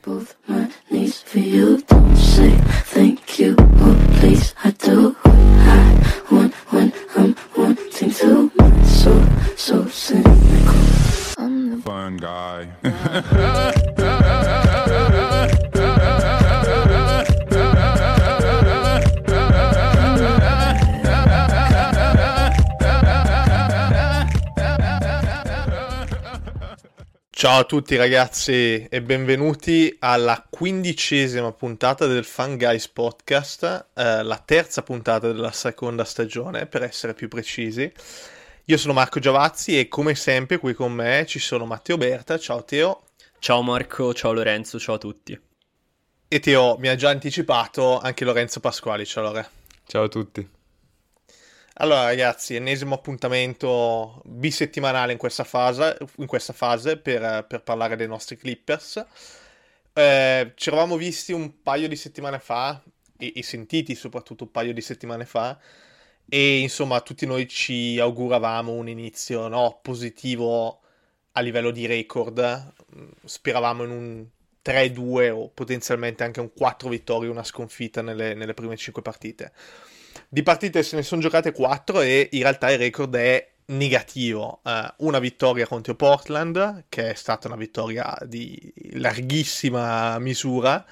both my knees for you. Don't say thank you, oh please. I do what I want when I'm wanting to. My soul, so cynical. I'm the fun guy. Ciao a tutti ragazzi e benvenuti alla 15ª puntata del Fun Guys Podcast, la terza puntata della seconda stagione per essere più precisi. Io sono Marco Giavazzi e come sempre qui con me ci sono Matteo Berta. Ciao Teo. Ciao Marco, ciao Lorenzo, ciao a tutti. E Teo mi ha già anticipato anche Lorenzo Pasquali. Ciao Lore. Ciao a tutti. Allora ragazzi, ennesimo appuntamento bisettimanale in questa fase per parlare dei nostri Clippers. Ci eravamo visti un paio di settimane fa e sentiti soprattutto un paio di settimane fa e insomma tutti noi ci auguravamo un inizio, no, positivo a livello di record. Speravamo in un 3-2 o potenzialmente anche un 4 vittorie, una sconfitta nelle prime 5 partite. Di partite se ne sono giocate 4 e in realtà il record è negativo. Una vittoria contro Portland, che è stata una vittoria di larghissima misura,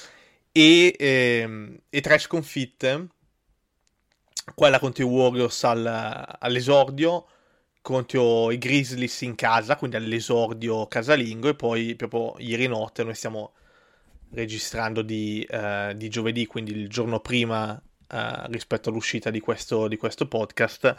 e 3 sconfitte. Quella contro i Warriors all'esordio, contro i Grizzlies in casa, quindi all'esordio casalingo, e poi proprio ieri notte, noi stiamo registrando di giovedì, quindi il giorno prima rispetto all'uscita di questo podcast,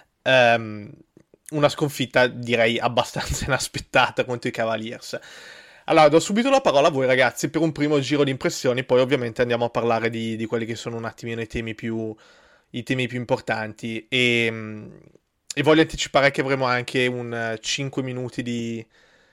una sconfitta direi abbastanza inaspettata contro i Cavaliers. Allora do subito la parola a voi ragazzi per un primo giro di impressioni, poi ovviamente andiamo a parlare di quelli che sono un attimino i temi più importanti e voglio anticipare che avremo anche un 5 minuti di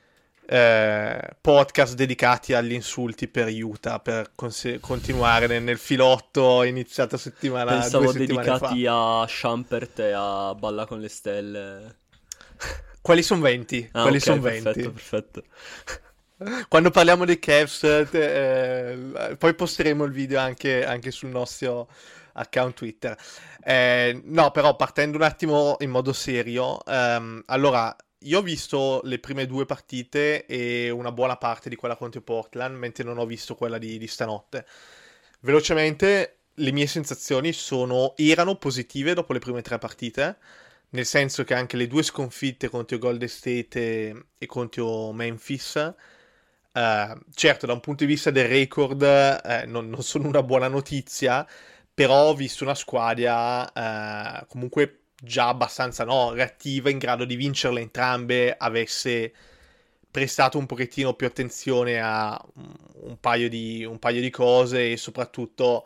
podcast dedicati agli insulti per Utah, per continuare nel filotto iniziato settimana. Pensavo 2 settimane dedicati fa. a Schampert e a Balla con le Stelle. Quelli sono 20. Quelli ok, sono perfetto, 20. perfetto. Quando parliamo dei Cavs, poi posteremo il video anche sul nostro account Twitter. No, però partendo un attimo in modo serio, allora io ho visto le prime 2 partite e una buona parte di quella contro Portland, mentre non ho visto quella di stanotte. Velocemente, le mie sensazioni erano positive dopo le prime 3 partite, nel senso che anche le 2 sconfitte contro Golden State e contro Memphis, certo da un punto di vista del record non sono una buona notizia, però ho visto una squadra comunque già abbastanza reattiva, in grado di vincerle entrambe, avesse prestato un pochettino più attenzione a un paio di cose e soprattutto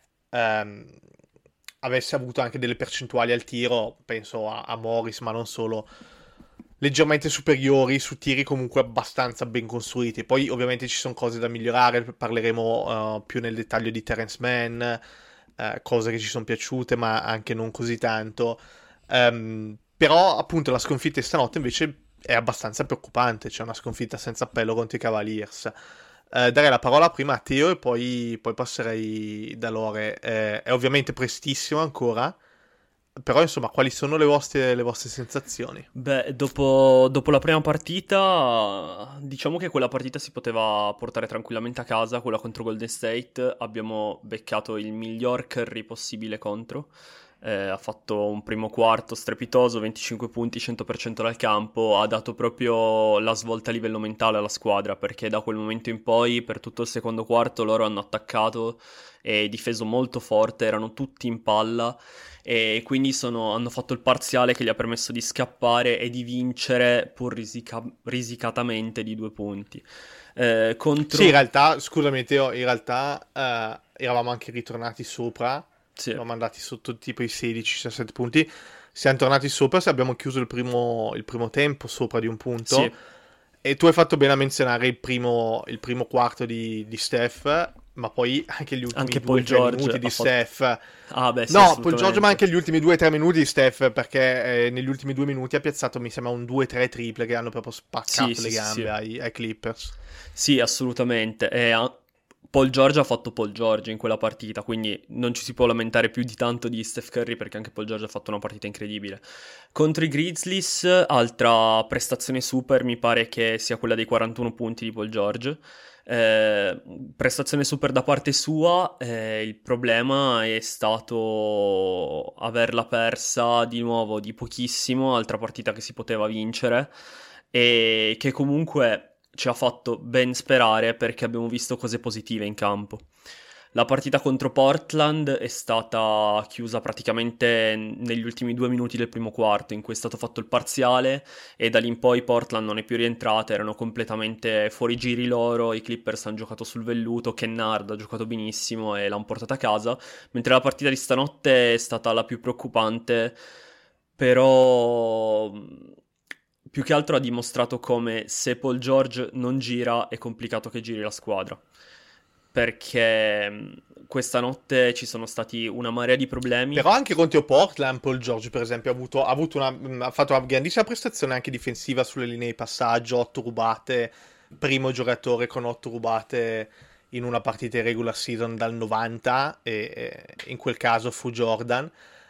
avesse avuto anche delle percentuali al tiro, penso a Morris ma non solo, leggermente superiori su tiri comunque abbastanza ben costruiti. Poi ovviamente ci sono cose da migliorare, parleremo più nel dettaglio di Terrence Mann, cose che ci sono piaciute ma anche non così tanto. Però appunto la sconfitta di stanotte invece è abbastanza preoccupante, c'è una sconfitta senza appello contro i Cavaliers. Darei la parola prima a Teo e poi passerei da Lore. È ovviamente prestissimo ancora, però insomma quali sono le vostre sensazioni? Beh, dopo la prima partita, diciamo che quella partita si poteva portare tranquillamente a casa, quella contro Golden State. Abbiamo beccato il miglior Curry possibile contro. Ha fatto un primo quarto strepitoso, 25 punti, 100% dal campo, ha dato proprio la svolta a livello mentale alla squadra, perché da quel momento in poi per tutto il secondo quarto loro hanno attaccato e difeso molto forte, erano tutti in palla e quindi hanno fatto il parziale che gli ha permesso di scappare e di vincere pur risicatamente di 2 punti. Contro... Sì, in realtà, scusami Teo, in realtà eravamo anche ritornati sopra. Sì. Siamo andati sotto tipo i 16-17 punti. Siamo tornati sopra se abbiamo chiuso il primo tempo sopra di un punto. Sì. E tu hai fatto bene a menzionare il primo quarto di Steph. ma poi anche gli ultimi Anche Paul 2-3 George minuti di ha fatto- Steph. Ah, beh, sì, No, Paul assolutamente. George, ma anche gli ultimi 2-3 minuti di Steph, perché negli ultimi 2 minuti ha piazzato, mi sembra, un 2-3 triple che hanno proprio spaccato Sì, le sì, sì, gambe sì. ai Clippers. Sì, assolutamente. Paul George ha fatto Paul George in quella partita, quindi non ci si può lamentare più di tanto di Steph Curry perché anche Paul George ha fatto una partita incredibile. Contro i Grizzlies, altra prestazione super mi pare che sia quella dei 41 punti di Paul George. Eh, Prestazione super da parte sua, il problema è stato averla persa di nuovo di pochissimo, altra partita che si poteva vincere e che comunque ci ha fatto ben sperare perché abbiamo visto cose positive in campo. La partita contro Portland è stata chiusa praticamente negli ultimi 2 minuti del primo quarto, in cui è stato fatto il parziale e da lì in poi Portland non è più rientrata, erano completamente fuori giri loro, i Clippers hanno giocato sul velluto, Kennard ha giocato benissimo e l'hanno portata a casa, mentre la partita di stanotte è stata la più preoccupante, però più che altro ha dimostrato come se Paul George non gira è complicato che giri la squadra. Perché questa notte ci sono stati una marea di problemi. Però anche contro Portland, Paul George, per esempio, ha fatto una grandissima prestazione anche difensiva sulle linee di passaggio, 8 rubate, primo giocatore con 8 rubate in una partita di regular season dal 90, e in quel caso fu Jordan.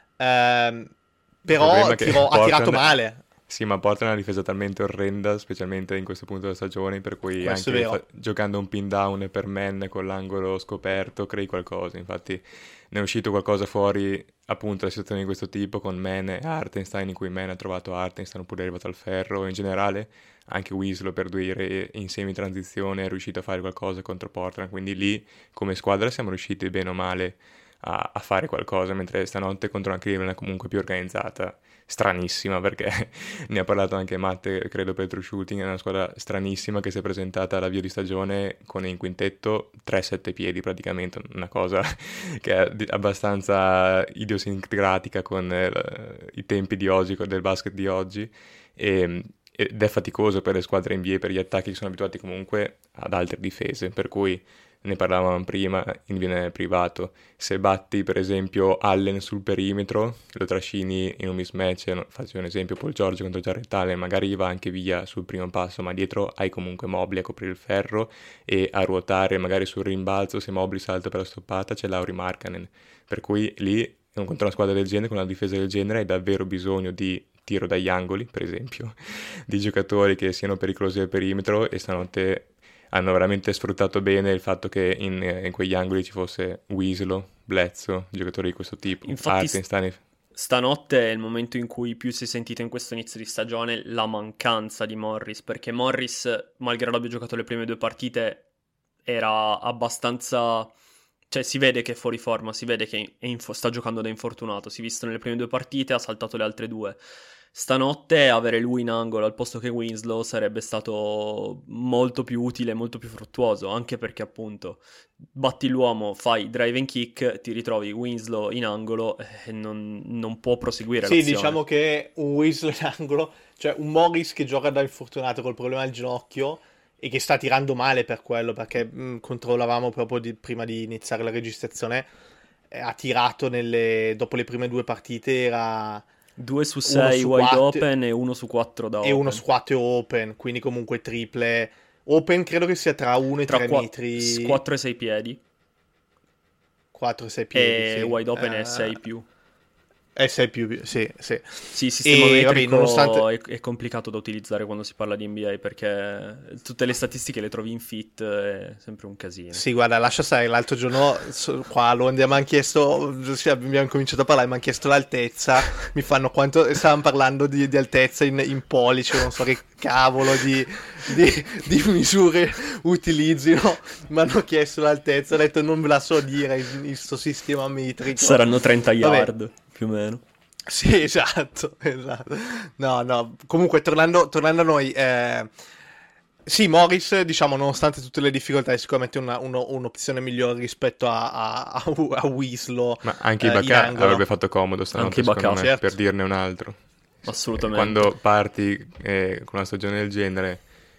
Il problema Però è che ha tirato Portland... male, Sì, ma Portland ha una difesa talmente orrenda, specialmente in questo punto della stagione, per cui questo è anche vero. giocando un pin down per man con l'angolo scoperto crei qualcosa. Infatti ne è uscito qualcosa fuori appunto da situazioni di questo tipo con Man e Hartenstein, in cui Man ha trovato Hartenstein oppure è arrivato al ferro. In generale anche Winslow per 2 in semi-transizione è riuscito a fare qualcosa contro Portland, quindi lì come squadra siamo riusciti bene o male a fare qualcosa, mentre stanotte contro una Cleveland comunque più organizzata, stranissima, perché ne ha parlato anche Matte, credo, per True Shooting, è una squadra stranissima che si è presentata all'avvio di stagione con in quintetto 3-7 piedi praticamente, una cosa che è abbastanza idiosincratica con i tempi di oggi, del basket di oggi, ed è faticoso per le squadre NBA, per gli attacchi che sono abituati comunque ad altre difese, per cui ne parlavamo prima in privato, se batti per esempio Allen sul perimetro, lo trascini in un mismatch, faccio un esempio Paul George contro Jarrett Allen, magari va anche via sul primo passo, ma dietro hai comunque Mobley a coprire il ferro e a ruotare magari sul rimbalzo, se Mobley salta per la stoppata c'è Lauri Markkanen, per cui lì contro una squadra del genere, con una difesa del genere, hai davvero bisogno di tiro dagli angoli, per esempio, di giocatori che siano pericolosi al perimetro, e stanotte hanno veramente sfruttato bene il fatto che in quegli angoli ci fosse Winslow, Bledsoe, giocatori di questo tipo, Infatti Hartenstein. stanotte è il momento in cui più si è sentito in questo inizio di stagione la mancanza di Morris, perché Morris, malgrado abbia giocato le prime 2 partite, era abbastanza... Cioè si vede che è fuori forma, si vede che sta giocando da infortunato, si è visto nelle prime 2 partite, ha saltato le altre 2. Stanotte avere lui in angolo al posto che Winslow sarebbe stato molto più utile, molto più fruttuoso, anche perché appunto batti l'uomo, fai drive and kick, ti ritrovi Winslow in angolo e non può proseguire Sì, l'azione. diciamo che un Winslow in angolo, cioè un Morris che gioca da infortunato col problema al ginocchio e che sta tirando male per quello, perché controllavamo proprio prima di iniziare la registrazione, ha tirato dopo le prime 2 partite, era 2 su 1 6 su wide 4 open e 1 su 4 da e 1 open. su 4 open, quindi comunque triple. Open credo che sia tra 1 e 3 metri, 4 e 6 piedi 4 e 6 piedi, e sì. wide open è 6 più. Sei più, sì, sì. Sì, il sistema E, vabbè, metrico nonostante... è complicato da utilizzare quando si parla di NBA perché tutte le statistiche le trovi in fit, è sempre un casino. Sì, guarda, lascia stare, l'altro giorno qua a Londra mi hanno chiesto, sì, abbiamo cominciato a parlare, mi hanno chiesto l'altezza, mi fanno quanto, stavamo parlando di altezza in pollice, non so che cavolo di misure utilizzino, mi hanno chiesto l'altezza, ho detto non ve la so dire in sto sistema metrico. Saranno 30 Vabbè. yard, più o meno. Sì, esatto. No, comunque tornando a noi, sì, Morris, diciamo, nonostante tutte le difficoltà, è sicuramente un'opzione migliore rispetto a Winslow. Ma anche in Ibaka angolo. avrebbe fatto comodo stanotte, Anche Ibaka, secondo me, certo. per dirne un altro. Assolutamente. Quando parti con una stagione del genere,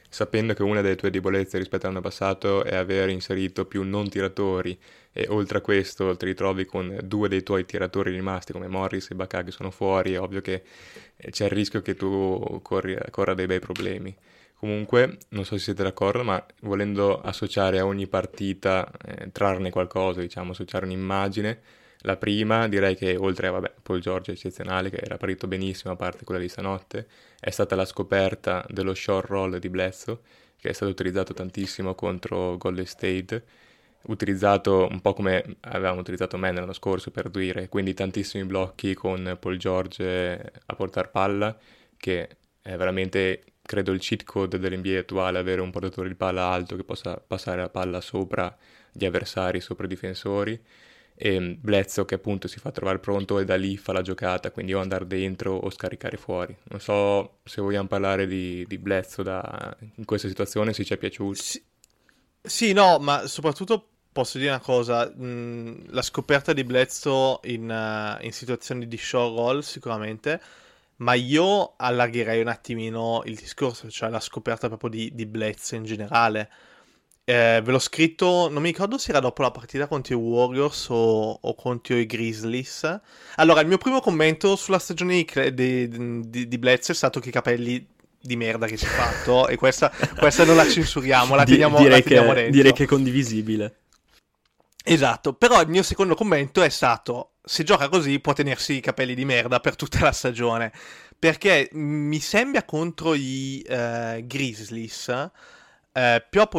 sapendo che una delle tue debolezze rispetto all'anno passato è aver inserito più non tiratori e oltre a questo ti ritrovi con due dei tuoi tiratori rimasti come Morris e Ibaka che sono fuori, è ovvio che c'è il rischio che tu corra dei bei problemi. Comunque, non so se siete d'accordo, ma volendo associare a ogni partita, trarne qualcosa, diciamo, associare un'immagine, la prima direi che oltre a vabbè, Paul George eccezionale, che era partito benissimo, a parte quella di stanotte, è stata la scoperta dello short roll di Bledsoe, che è stato utilizzato tantissimo contro Golden State, utilizzato un po' come avevamo utilizzato me l'anno scorso per dire, quindi tantissimi blocchi con Paul George a portare palla, che è veramente, credo, il cheat code dell'NBA attuale, avere un portatore di palla alto che possa passare la palla sopra gli avversari, sopra i difensori, e Bledsoe che appunto si fa trovare pronto e da lì fa la giocata, quindi o andare dentro o scaricare fuori. Non so se vogliamo parlare di Bledsoe in questa situazione, se ci è piaciuto. Sì, no, ma soprattutto posso dire una cosa, la scoperta di Bledsoe in situazioni di show roll sicuramente, ma io allargherei un attimino il discorso, cioè la scoperta proprio di Bledsoe in generale. Ve l'ho scritto, non mi ricordo se era dopo la partita contro i Warriors o contro i Grizzlies. Allora, il mio primo commento sulla stagione di Bledsoe è stato che i capelli di merda che si è fatto, e questa non la censuriamo, la teniamo dentro. Direi che è condivisibile. Esatto, però il mio secondo commento è stato: se gioca così può tenersi i capelli di merda per tutta la stagione, perché mi sembra contro i Grizzlies, proprio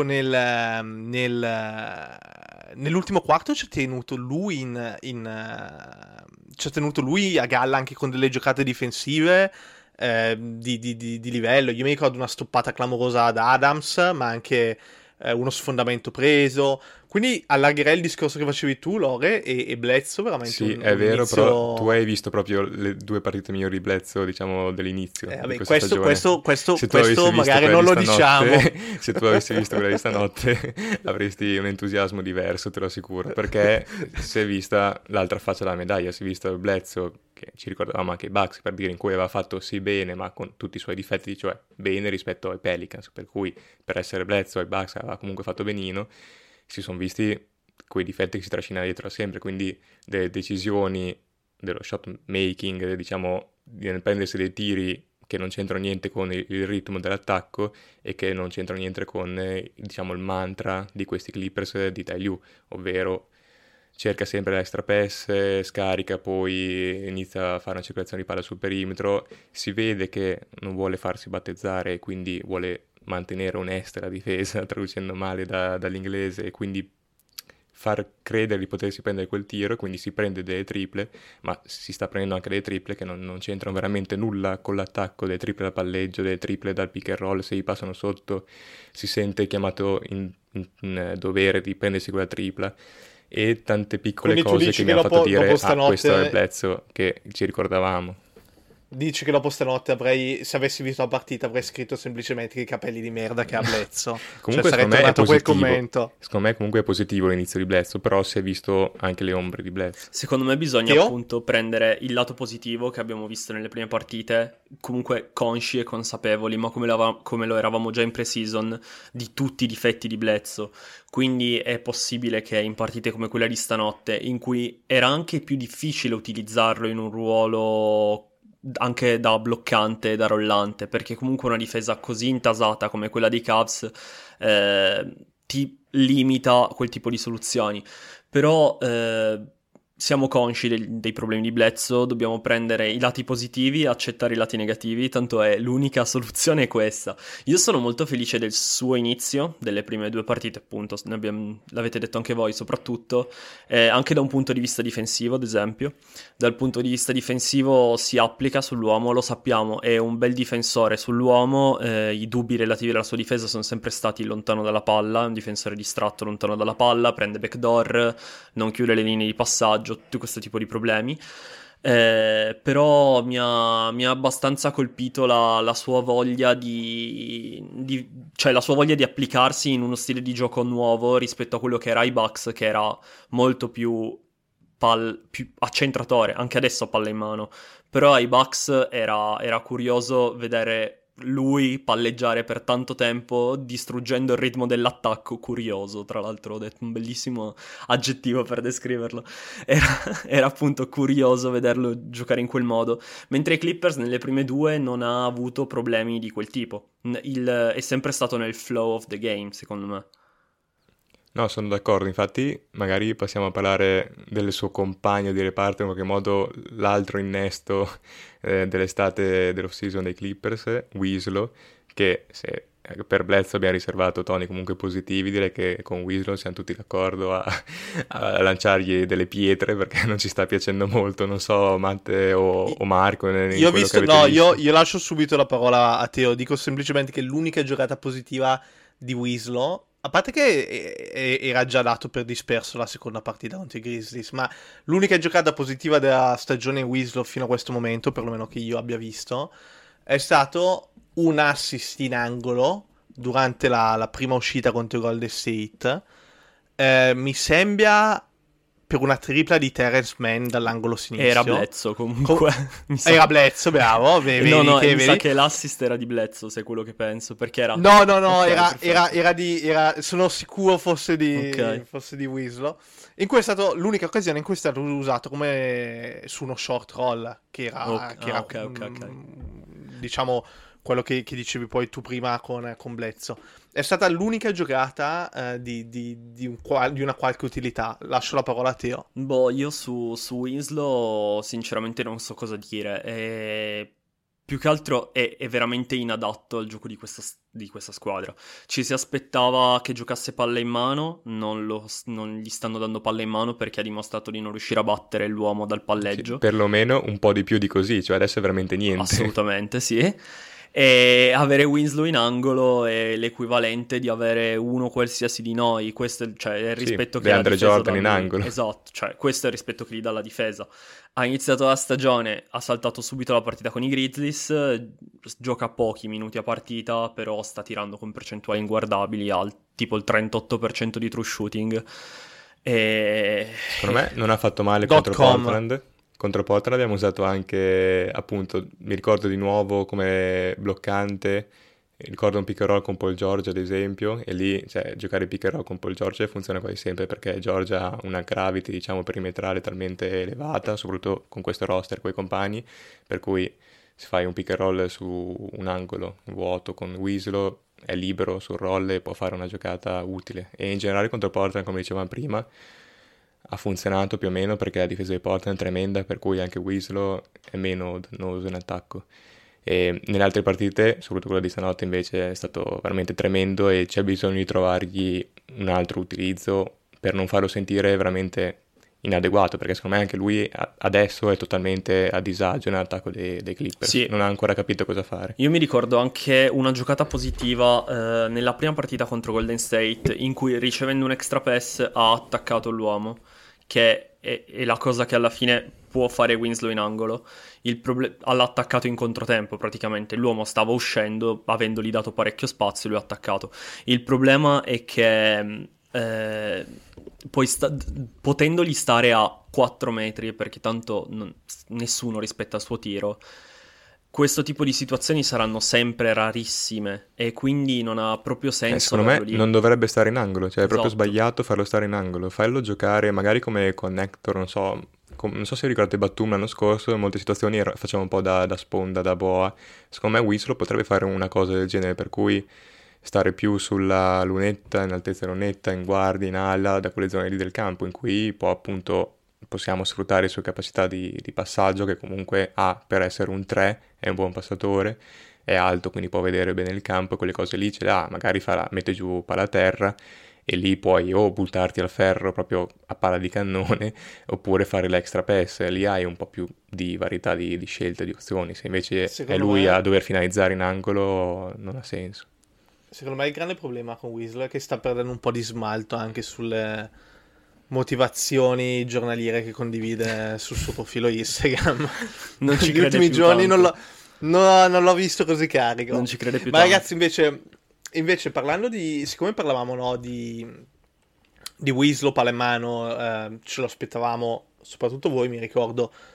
nell'ultimo quarto ci ha tenuto lui ci ha tenuto lui a galla anche con delle giocate difensive di livello. Io mi ricordo una stoppata clamorosa ad Adams, ma anche uno sfondamento preso. Quindi allargherei il discorso che facevi tu, Lore, e Bledsoe veramente sì, è vero, inizio... però tu hai visto proprio le due partite migliori di Bledsoe, diciamo, dell'inizio vabbè, di questa stagione. Questo magari non lo diciamo. Se tu avessi visto quella di stanotte avresti un entusiasmo diverso, te lo assicuro, perché si è vista l'altra faccia della medaglia, si è visto Bledsoe, che ci ricordavamo anche i Bucks, per dire, in cui aveva fatto sì bene, ma con tutti i suoi difetti, cioè bene rispetto ai Pelicans, per cui per essere Bledsoe ai Bucks aveva comunque fatto benino. Si sono visti quei difetti che si trascina dietro da sempre, quindi delle decisioni dello shot making, diciamo, di prendersi dei tiri che non c'entrano niente con il ritmo dell'attacco e che non c'entrano niente con, diciamo, il mantra di questi Clippers di Ty Lue, ovvero cerca sempre l'extra pass, scarica, poi inizia a fare una circolazione di palla sul perimetro, si vede che non vuole farsi battezzare e quindi vuole mantenere onesta la difesa, traducendo male dall'inglese, e quindi far credere di potersi prendere quel tiro, e quindi si prende delle triple, ma si sta prendendo anche delle triple che non c'entrano veramente nulla con l'attacco, delle triple da palleggio, delle triple dal pick and roll, se gli passano sotto si sente chiamato in dovere di prendersi quella tripla, e tante piccole quindi cose che mi hanno fatto dire questo è il Bledsoe che ci ricordavamo. Dici che dopo stanotte se avessi visto la partita avrei scritto semplicemente che i capelli di merda che ha Bledsoe. Comunque cioè, sarei tornato quel commento. Secondo me comunque è positivo l'inizio di Bledsoe, però si è visto anche le ombre di Bledsoe. Secondo me bisogna appunto prendere il lato positivo che abbiamo visto nelle prime partite, comunque consci e consapevoli, ma come lo eravamo già in pre-season, di tutti i difetti di Bledsoe. Quindi è possibile che in partite come quella di stanotte, in cui era anche più difficile utilizzarlo in un ruolo anche da bloccante, da rollante, perché comunque una difesa così intasata come quella dei Cavs ti limita quel tipo di soluzioni. Però siamo consci dei problemi di Bledsoe, dobbiamo prendere i lati positivi, accettare i lati negativi, tanto è l'unica soluzione è questa. Io sono molto felice del suo inizio, delle prime due partite appunto, l'avete detto anche voi soprattutto, anche da un punto di vista difensivo ad esempio. Dal punto di vista difensivo si applica sull'uomo, lo sappiamo, è un bel difensore sull'uomo, i dubbi relativi alla sua difesa sono sempre stati lontano dalla palla, un difensore distratto lontano dalla palla, prende backdoor, non chiude le linee di passaggio, tutto questo tipo di problemi. Però mi ha abbastanza colpito la sua voglia cioè la sua voglia di applicarsi in uno stile di gioco nuovo rispetto a quello che era i Bucks, che era molto più accentratore, anche adesso a palla in mano. Però ai Bucks era curioso vedere lui palleggiare per tanto tempo distruggendo il ritmo dell'attacco, curioso, tra l'altro ho detto un bellissimo aggettivo per descriverlo, era appunto curioso vederlo giocare in quel modo, mentre i Clippers nelle prime due non ha avuto problemi di quel tipo, è sempre stato nel flow of the game secondo me. No, sono d'accordo, infatti magari passiamo a parlare del suo compagno di reparto, in qualche modo l'altro innesto dell'estate dell'off-season dei Clippers, Winslow, che se per Bledsoe abbiamo riservato toni comunque positivi, direi che con Winslow siamo tutti d'accordo a lanciargli delle pietre perché non ci sta piacendo molto, non so Matte o Marco. Io ho visto, no, io lascio subito la parola a Teo, dico semplicemente che l'unica giocata positiva di Winslow, a parte che era già dato per disperso la seconda partita contro i Grizzlies, ma l'unica giocata positiva della stagione Winslow fino a questo momento, perlomeno che io abbia visto, è stato un assist in angolo durante la prima uscita contro Golden State. Mi sembra per una tripla di Terrence Mann dall'angolo sinistro. Era Bledsoe comunque. Era Bledsoe, bravo. Mi sa che l'assist era di Bledsoe, se è quello che penso, perché era... No, Okay, sono sicuro fosse di Winslow. In cui è stato l'unica occasione in cui è stato usato come su uno short roll, che era ok. diciamo quello che dicevi poi tu prima con Bledsoe. È stata l'unica giocata di una qualche utilità. Lascio la parola a Teo. Boh, io su Winslow sinceramente non so cosa dire. Più che altro è veramente inadatto al gioco di questa squadra. Ci si aspettava che giocasse palla in mano, non gli stanno dando palla in mano perché ha dimostrato di non riuscire a battere l'uomo dal palleggio. Sì, perlomeno un po' di più di così, cioè adesso è veramente niente. Assolutamente sì. E avere Winslow in angolo è l'equivalente di avere uno qualsiasi di noi. Questo è, cioè, è il rispetto che DeAndre Jordan in angolo. Esatto, cioè questo è il rispetto che gli dà la difesa. Ha iniziato la stagione, ha saltato subito la partita con i Grizzlies, gioca pochi minuti a partita, però sta tirando con percentuali inguardabili al tipo il 38% di true shooting. Secondo me non ha fatto male contro Portland. Contro Portland abbiamo usato anche, appunto, mi ricordo di nuovo come bloccante, ricordo un pick and roll con Paul George ad esempio, e lì, cioè, giocare pick and roll con Paul George funziona quasi sempre perché George ha una gravity, diciamo, perimetrale talmente elevata, soprattutto con questo roster, coi compagni, per cui se fai un pick and roll su un angolo vuoto con Winslow è libero sul roll e può fare una giocata utile. E in generale contro Portland, come dicevamo prima, ha funzionato più o meno perché la difesa di Portland è tremenda, per cui anche Winslow è meno dannoso in attacco. E nelle altre partite, soprattutto quella di stanotte, invece è stato veramente tremendo e c'è bisogno di trovargli un altro utilizzo per non farlo sentire veramente inadeguato, perché secondo me anche lui adesso è totalmente a disagio nell'attacco dei Clippers. Sì. Non ha ancora capito cosa fare. Io mi ricordo anche una giocata positiva nella prima partita contro Golden State in cui, ricevendo un extra pass, ha attaccato l'uomo, che è la cosa che alla fine può fare Winslow in angolo. L'ha attaccato in controtempo praticamente, l'uomo stava uscendo, avendogli dato parecchio spazio, lui ha attaccato. Il problema è che poi potendogli stare a 4 metri, perché tanto nessuno rispetta il suo tiro, questo tipo di situazioni saranno sempre rarissime e quindi non ha proprio senso. Secondo me non dovrebbe stare in angolo, cioè è proprio Esatto. sbagliato farlo stare in angolo, fallo giocare magari come connector, non so se ricordate Batum l'anno scorso, in molte situazioni faceva un po' da sponda, da boa. Secondo me Winslow potrebbe fare una cosa del genere, per cui stare più sulla lunetta, in altezza lunetta, in guardia, in ala, da quelle zone lì del campo in cui possiamo sfruttare le sue capacità di passaggio, che comunque ha per essere un 3, è un buon passatore, è alto, quindi può vedere bene il campo e quelle cose lì ce le ha, magari mette giù palla a terra e lì puoi o buttarti al ferro proprio a palla di cannone oppure fare l'extra pass, lì hai un po' più di varietà di scelte, di opzioni. Se invece è lui a dover finalizzare in angolo non ha senso. Secondo me il grande problema con Winslow è che sta perdendo un po' di smalto anche sulle motivazioni giornaliere che condivide sul suo profilo Instagram. Non ci Negli crede ultimi più giorni tanto. non l'ho visto così carico. Non ci crede più Ma tanto. ragazzi, invece parlando siccome parlavamo, no, di Winslow, palla in mano, ce lo aspettavamo, soprattutto voi, mi ricordo,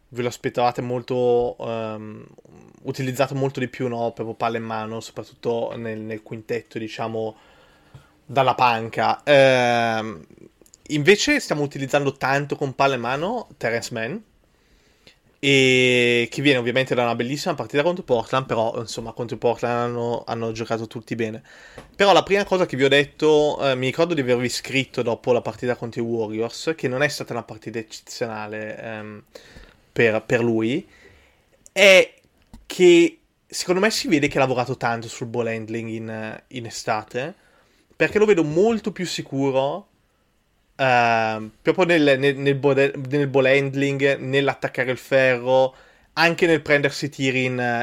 ve lo aspettavate molto, utilizzato molto di più, no? Proprio palla in mano, soprattutto nel quintetto, diciamo, dalla panca. Invece stiamo utilizzando tanto con palla in mano Terence Mann, e che viene ovviamente da una bellissima partita contro Portland, però insomma contro Portland hanno giocato tutti bene. Però la prima cosa che vi ho detto, mi ricordo di avervi scritto dopo la partita contro i Warriors, che non è stata una partita eccezionale per lui, è che secondo me si vede che ha lavorato tanto sul ball handling in estate, perché lo vedo molto più sicuro proprio nel ball handling, nell'attaccare il ferro, anche nel prendersi tiri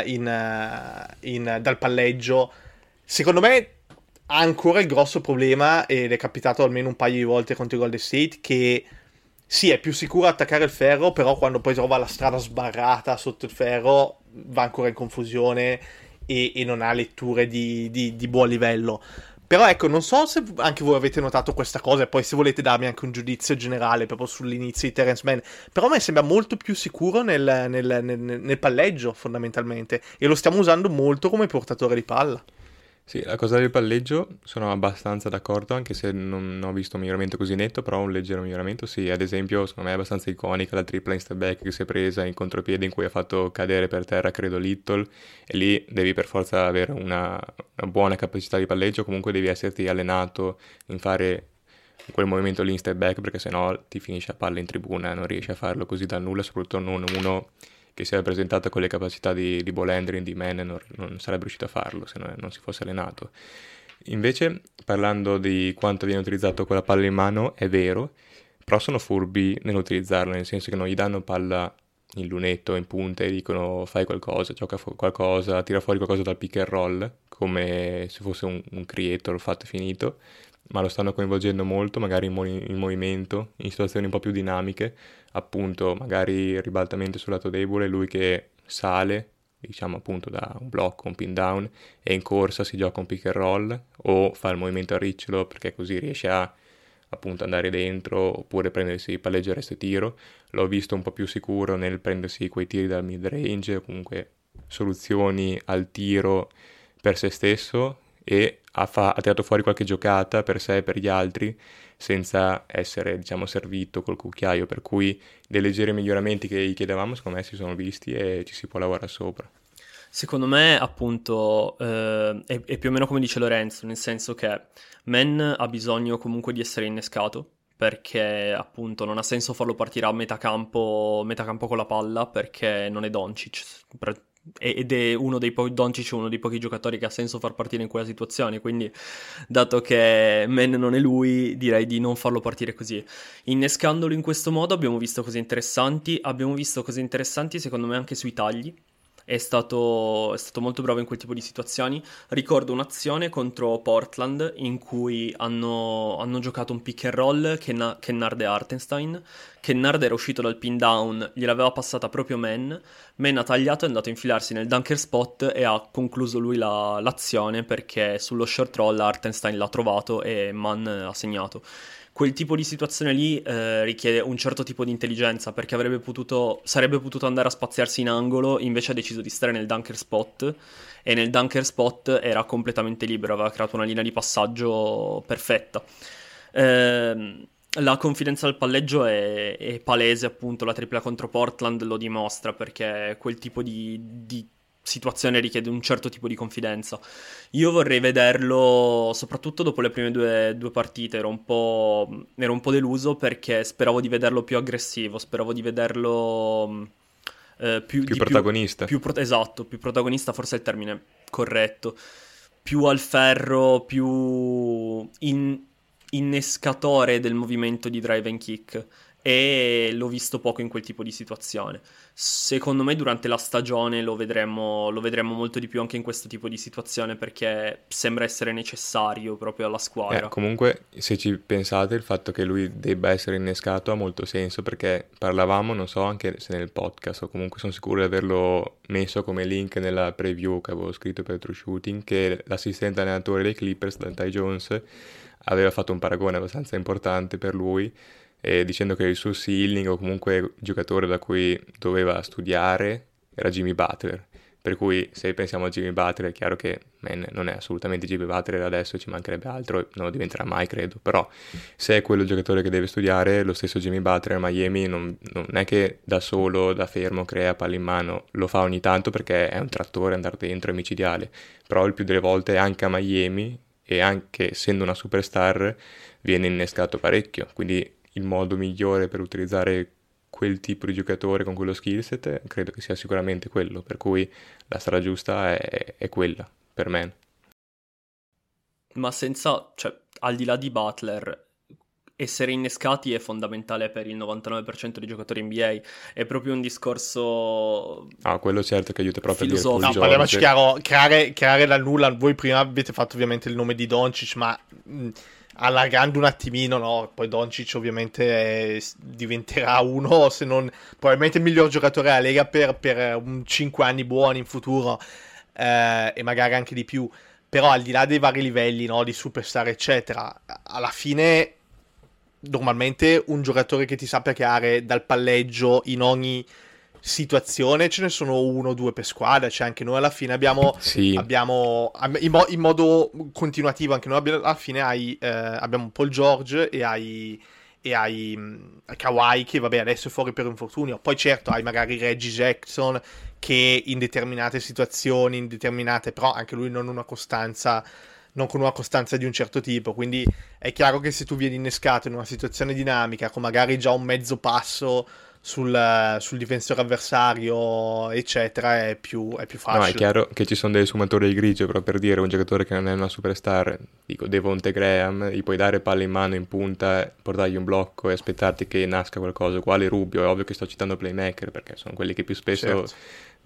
dal palleggio. Secondo me ha ancora il grosso problema, ed è capitato almeno un paio di volte contro i Golden State, che sì, è più sicuro attaccare il ferro, però quando poi trova la strada sbarrata sotto il ferro va ancora in confusione e non ha letture di buon livello. Però ecco, non so se anche voi avete notato questa cosa, e poi se volete darmi anche un giudizio generale proprio sull'inizio di Terence Mann, però a me sembra molto più sicuro nel palleggio, fondamentalmente, e lo stiamo usando molto come portatore di palla. Sì, la cosa del palleggio sono abbastanza d'accordo, anche se non ho visto un miglioramento così netto, però un leggero miglioramento sì. Ad esempio, secondo me è abbastanza iconica la tripla in step back che si è presa in contropiede, in cui ha fatto cadere per terra, credo, Little, e lì devi per forza avere una buona capacità di palleggio, comunque devi esserti allenato in fare quel movimento lì in step back, perché sennò ti finisce a palla in tribuna, non riesci a farlo così dal nulla, soprattutto non uno che si è presentato con le capacità di ball handling di Mann, non sarebbe riuscito a farlo se non si fosse allenato. Invece, parlando di quanto viene utilizzato con la palla in mano, è vero, però sono furbi nell'utilizzarla, nel senso che non gli danno palla in lunetto, in punta, e dicono fai qualcosa, gioca qualcosa, tira fuori qualcosa dal pick and roll, come se fosse un creator fatto e finito, ma lo stanno coinvolgendo molto, magari in movimento, in situazioni un po' più dinamiche, appunto magari ribaltamento sul lato debole, lui che sale, diciamo appunto da un blocco, un pin down, e in corsa si gioca un pick and roll, o fa il movimento a ricciolo, perché così riesce a appunto andare dentro, oppure prendersi palleggio, resto e tiro. L'ho visto un po' più sicuro nel prendersi quei tiri dal mid range, o comunque soluzioni al tiro per se stesso, e ha tirato fuori qualche giocata per sé e per gli altri senza essere, diciamo, servito col cucchiaio, per cui dei leggeri miglioramenti che gli chiedevamo secondo me si sono visti e ci si può lavorare sopra. Secondo me, appunto, è più o meno come dice Lorenzo, nel senso che Mann ha bisogno comunque di essere innescato, perché appunto non ha senso farlo partire a metà campo con la palla, perché non è Doncic, ed è Doncic è uno dei pochi giocatori che ha senso far partire in quella situazione, quindi dato che Mann non è lui, direi di non farlo partire così. Innescandolo in questo modo abbiamo visto cose interessanti secondo me anche sui tagli. È stato molto bravo in quel tipo di situazioni. Ricordo un'azione contro Portland in cui hanno giocato un pick and roll Kennard e Hartenstein. Kennard era uscito dal pin down, gliel'aveva passata proprio Mann. Mann ha tagliato, è andato a infilarsi nel dunker spot e ha concluso lui l'azione, perché sullo short roll Hartenstein l'ha trovato e Mann ha segnato. Quel tipo di situazione lì richiede un certo tipo di intelligenza, perché sarebbe potuto andare a spaziarsi in angolo, invece ha deciso di stare nel dunker spot, e nel dunker spot era completamente libero, aveva creato una linea di passaggio perfetta. La confidenza del palleggio è palese, appunto, la tripla contro Portland lo dimostra, perché quel tipo di situazione richiede un certo tipo di confidenza. Io vorrei vederlo, soprattutto dopo le prime due partite, ero un po' deluso, perché speravo di vederlo più aggressivo, speravo di vederlo più protagonista. Esatto, più protagonista forse è il termine corretto, più al ferro, più innescatore del movimento di drive and kick, e l'ho visto poco in quel tipo di situazione. Secondo me durante la stagione lo vedremo molto di più anche in questo tipo di situazione, perché sembra essere necessario proprio alla squadra. Comunque, se ci pensate, il fatto che lui debba essere innescato ha molto senso, perché parlavamo, non so anche se nel podcast, o comunque sono sicuro di averlo messo come link nella preview che avevo scritto per True Shooting, che l'assistente allenatore dei Clippers, Ty Jones, aveva fatto un paragone abbastanza importante per lui, dicendo che il suo ceiling o comunque il giocatore da cui doveva studiare era Jimmy Butler. Per cui se pensiamo a Jimmy Butler è chiaro che non è assolutamente Jimmy Butler adesso, ci mancherebbe altro, non lo diventerà mai credo, però se è quello il giocatore che deve studiare, lo stesso Jimmy Butler a Miami non è che da solo, da fermo, crea palla in mano, lo fa ogni tanto perché è un trattore, andare dentro è micidiale, però il più delle volte anche a Miami e anche essendo una superstar viene innescato parecchio, quindi il modo migliore per utilizzare quel tipo di giocatore con quello skill set credo che sia sicuramente quello, per cui la strada giusta è quella, per me. Ma cioè, al di là di Butler, essere innescati è fondamentale per il 99% dei giocatori NBA, è proprio un discorso quello certo che aiuta proprio filosofico. a dire No, parliamoci chiaro, creare dal nulla, voi prima avete fatto ovviamente il nome di Doncic, ma allargando un attimino, no? Poi Doncic ovviamente diventerà uno, se non probabilmente il miglior giocatore della Lega per 5 anni buoni in futuro, e magari anche di più. Però al di là dei vari livelli, no? Di superstar eccetera, alla fine normalmente un giocatore che ti sappia creare dal palleggio in ogni situazione ce ne sono uno o due per squadra, cioè anche noi alla fine abbiamo in modo continuativo, anche noi alla fine abbiamo Paul George e hai Kawhi che vabbè adesso è fuori per infortunio, poi certo hai magari Reggie Jackson che in determinate situazioni, però anche lui non con una costanza di un certo tipo, quindi è chiaro che se tu vieni innescato in una situazione dinamica con magari già un mezzo passo sul difensore avversario eccetera è più facile. No, è chiaro che ci sono dei sfumatori di grigio, però per dire un giocatore che non è una superstar, dico Devonte Graham, gli puoi dare palla in mano in punta, portargli un blocco e aspettarti che nasca qualcosa, uguale Rubio, è ovvio che sto citando playmaker perché sono quelli che più spesso certo.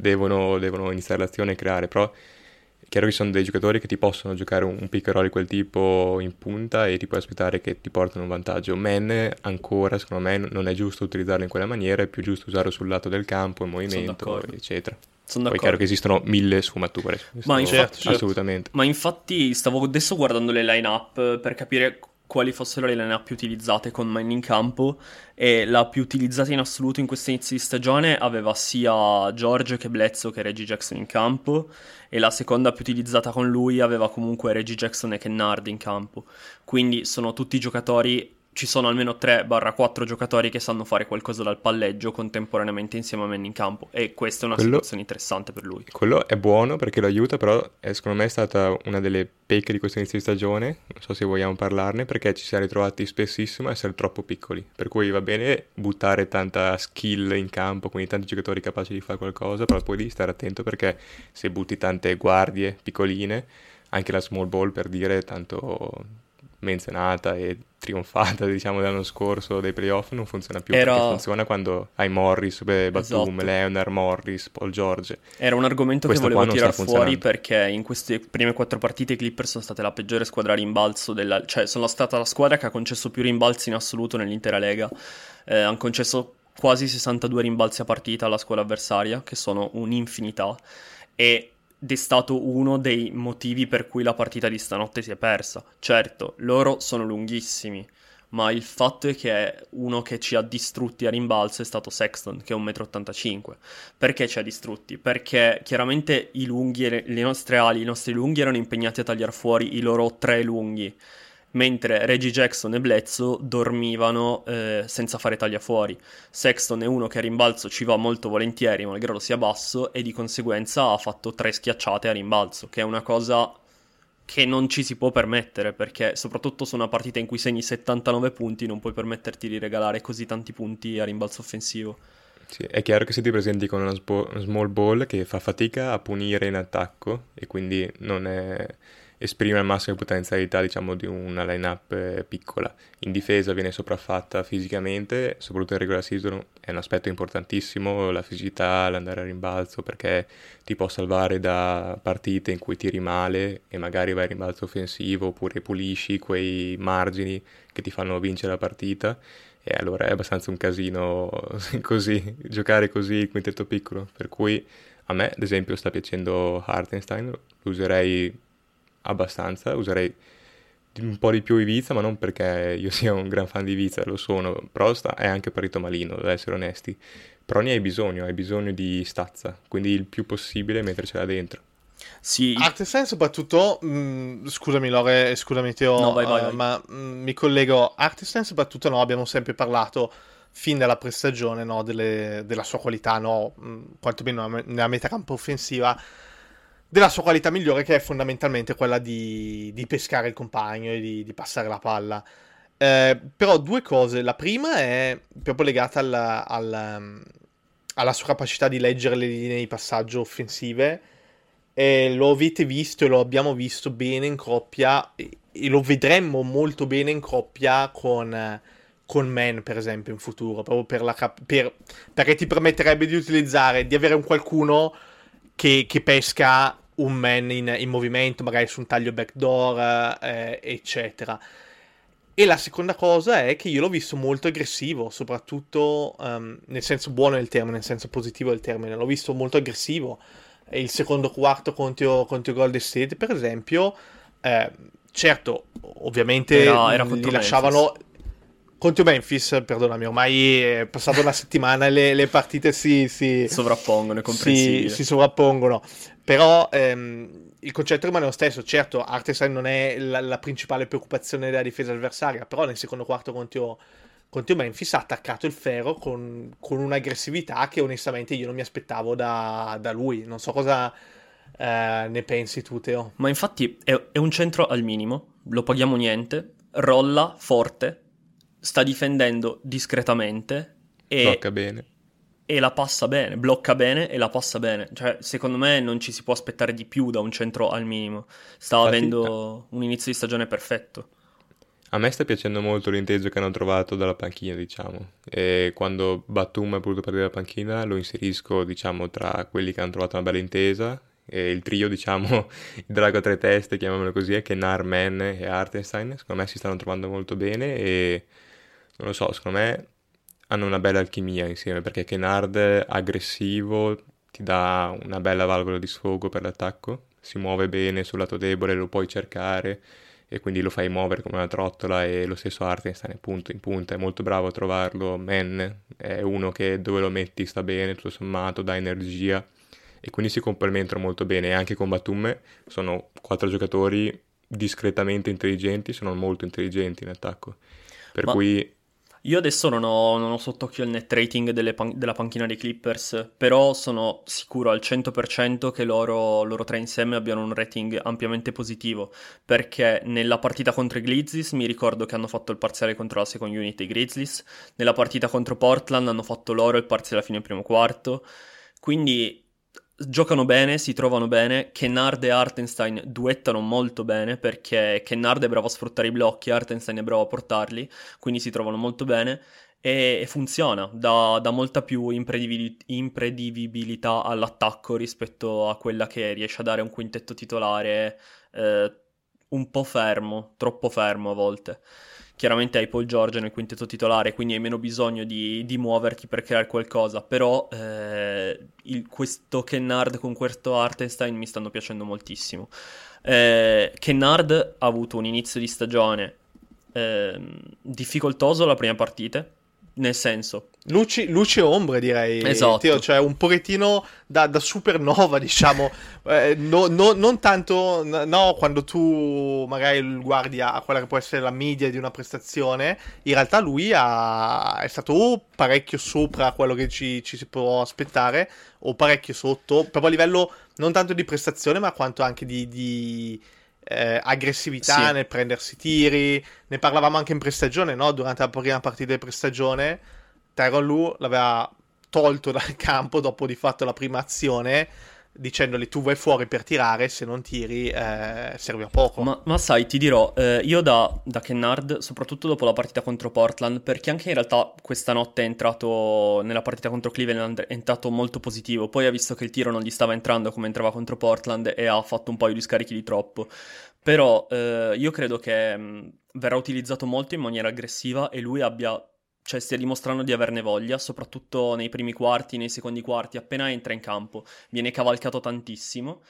devono iniziare l'azione e creare, però è chiaro che ci sono dei giocatori che ti possono giocare un pick and roll di quel tipo in punta e ti puoi aspettare che ti portano un vantaggio. Man ancora, secondo me, non è giusto utilizzarlo in quella maniera, è più giusto usarlo sul lato del campo, in movimento, eccetera. Poi è chiaro che esistono 1000 sfumature. Certo. Assolutamente. Ma infatti stavo adesso guardando le line-up per capire quali fossero le line-up più utilizzate con Man in campo, e la più utilizzata in assoluto in questo inizio di stagione aveva sia George che Bledsoe che Reggie Jackson in campo, e la seconda più utilizzata con lui aveva comunque Reggie Jackson e Kennard in campo. Quindi sono tutti giocatori, ci sono almeno 3-4 giocatori che sanno fare qualcosa dal palleggio contemporaneamente insieme a Man in campo, e questa è una situazione interessante per lui. Quello è buono perché lo aiuta, però secondo me è stata una delle pecche di questo inizio di stagione, non so se vogliamo parlarne, perché ci siamo ritrovati spessissimo a essere troppo piccoli, per cui va bene buttare tanta skill in campo, quindi tanti giocatori capaci di fare qualcosa, però poi devi stare attento perché se butti tante guardie piccoline, anche la small ball per dire, tanto menzionata e trionfata diciamo l'anno scorso dei playoff, non funziona più perché funziona quando hai Morris, Batum, esatto. Leonard, Morris, Paul George. Era un argomento che volevo tirar fuori perché in queste prime 4 partite i Clippers sono state la peggiore squadra a rimbalzo cioè sono stata la squadra che ha concesso più rimbalzi in assoluto nell'intera Lega, hanno concesso quasi 62 rimbalzi a partita alla squadra avversaria, che sono un'infinità, ed è stato uno dei motivi per cui la partita di stanotte si è persa. Certo, loro sono lunghissimi, ma il fatto è che uno che ci ha distrutti a rimbalzo è stato Sexton, che è 1,85 m. Perché ci ha distrutti? Perché chiaramente i lunghi, le nostre ali, i nostri lunghi erano impegnati a tagliare fuori i loro 3 lunghi, mentre Reggie Jackson e Bledsoe dormivano senza fare tagliafuori. Sexton è uno che a rimbalzo ci va molto volentieri malgrado sia basso, e di conseguenza ha fatto 3 schiacciate a rimbalzo, che è una cosa che non ci si può permettere, perché soprattutto su una partita in cui segni 79 punti non puoi permetterti di regalare così tanti punti a rimbalzo offensivo. Sì, è chiaro che se ti presenti con una small ball che fa fatica a punire in attacco e quindi non esprime al massimo le potenzialità diciamo di una line-up piccola, in difesa viene sopraffatta fisicamente, soprattutto in regular season è un aspetto importantissimo la fisicità, l'andare a rimbalzo, perché ti può salvare da partite in cui tiri male e magari vai a rimbalzo offensivo oppure pulisci quei margini che ti fanno vincere la partita, e allora è abbastanza un casino così giocare così il quintetto piccolo, per cui a me ad esempio sta piacendo Hartenstein, lo userei abbastanza, userei un po' di più Iviza, ma non perché io sia un gran fan di Iviza, lo sono, però è anche partito malino, ad essere onesti. Però ne hai bisogno di stazza, quindi il più possibile mettercela dentro. Sì, Artestein soprattutto, scusami Lore, scusami no, Teo, vai. ma mi collego, Artestein soprattutto no, abbiamo sempre parlato fin dalla prestagione, no, della sua qualità, no, quantomeno nella metacampo offensiva, della sua qualità migliore che è fondamentalmente quella di pescare il compagno e di passare la palla. Però due cose, la prima è proprio legata alla sua capacità di leggere le linee di passaggio offensive. E lo avete visto e lo abbiamo visto bene in coppia e lo vedremmo molto bene in coppia con Man, per esempio, in futuro, proprio perché ti permetterebbe di avere un qualcuno che pesca un Man in movimento, magari su un taglio backdoor, eccetera. E la seconda cosa è che io l'ho visto molto aggressivo, soprattutto nel senso buono del termine, nel senso positivo del termine. L'ho visto molto aggressivo. E il secondo quarto contro Golden State, per esempio, certo, ovviamente Era gli contro lasciavano... Contro Memphis, perdonami, ormai è passata una settimana e le partite si sovrappongono, è comprensibile. si sovrappongono. Però il concetto rimane lo stesso. Certo, Artestein non è la principale preoccupazione della difesa avversaria, però nel secondo quarto contro Memphis ha attaccato il ferro con un'aggressività che onestamente io non mi aspettavo da lui. Non so cosa ne pensi tu, Teo. Ma infatti è un centro al minimo, lo paghiamo niente, rolla forte, sta difendendo discretamente Blocca bene. e la passa bene, blocca bene e la passa bene. Cioè, secondo me non ci si può aspettare di più da un centro al minimo. Sta Infatti, avendo un inizio di stagione perfetto. a me sta piacendo molto l'inteso che hanno trovato dalla panchina, diciamo. E quando Batum è potuto partire dalla panchina lo inserisco, diciamo, tra quelli che hanno trovato una bella intesa. E il trio, diciamo, il drago a tre teste, chiamiamolo così, è Kennard, Mann e Hartenstein. Secondo me si stanno trovando molto bene e, non lo so, secondo me hanno una bella alchimia insieme, perché Kennard aggressivo ti dà una bella valvola di sfogo per l'attacco, si muove bene sul lato debole, lo puoi cercare e quindi lo fai muovere come una trottola, e lo stesso Hartenstein è punto in punta, è molto bravo a trovarlo. Mann è uno che dove lo metti sta bene, tutto sommato, dà energia, e quindi si complementano molto bene. E anche con Batum sono quattro giocatori discretamente intelligenti, sono molto intelligenti in attacco, per Ma cui io adesso non ho sott'occhio il net rating della panchina dei Clippers, però sono sicuro al 100% che loro tre insieme abbiano un rating ampiamente positivo, perché nella partita contro i Grizzlies mi ricordo che hanno fatto il parziale contro la second unit dei Grizzlies, nella partita contro Portland hanno fatto loro il parziale a fine primo quarto, quindi giocano bene, si trovano bene. Kennard e Hartenstein duettano molto bene, perché Kennard è bravo a sfruttare i blocchi, Hartenstein è bravo a portarli, quindi si trovano molto bene e funziona, dà molta più imprevedibilità all'attacco rispetto a quella che riesce a dare un quintetto titolare un po' fermo, troppo fermo a volte. Chiaramente hai Paul George nel quintetto titolare, quindi hai meno bisogno di muoverti per creare qualcosa, però questo Kennard con questo Hartenstein mi stanno piacendo moltissimo. Kennard ha avuto un inizio di stagione difficoltoso la prima partita, nel senso... Luci e ombre, direi, Esatto. Teo, cioè un pochettino da supernova, diciamo, non tanto, no, quando tu magari guardi a quella che può essere la media di una prestazione, in realtà lui è stato parecchio sopra quello che ci si può aspettare, o parecchio sotto, proprio a livello non tanto di prestazione, ma quanto anche di aggressività Sì. nel prendersi tiri. Ne parlavamo anche in prestagione, no? Durante la prima partita di prestagione Tyronn Lue l'aveva tolto dal campo dopo di fatto la prima azione, dicendogli tu vai fuori per tirare, se non tiri serve a poco. Ma sai, ti dirò, io da Kennard, soprattutto dopo la partita contro Portland, perché anche in realtà questa notte è entrato nella partita contro Cleveland, è entrato molto positivo, poi ha visto che il tiro non gli stava entrando come entrava contro Portland e ha fatto un paio di scarichi di troppo. Però io credo che verrà utilizzato molto in maniera aggressiva e lui cioè stia dimostrando di averne voglia, soprattutto nei primi quarti, nei secondi quarti, appena entra in campo, viene cavalcato tantissimo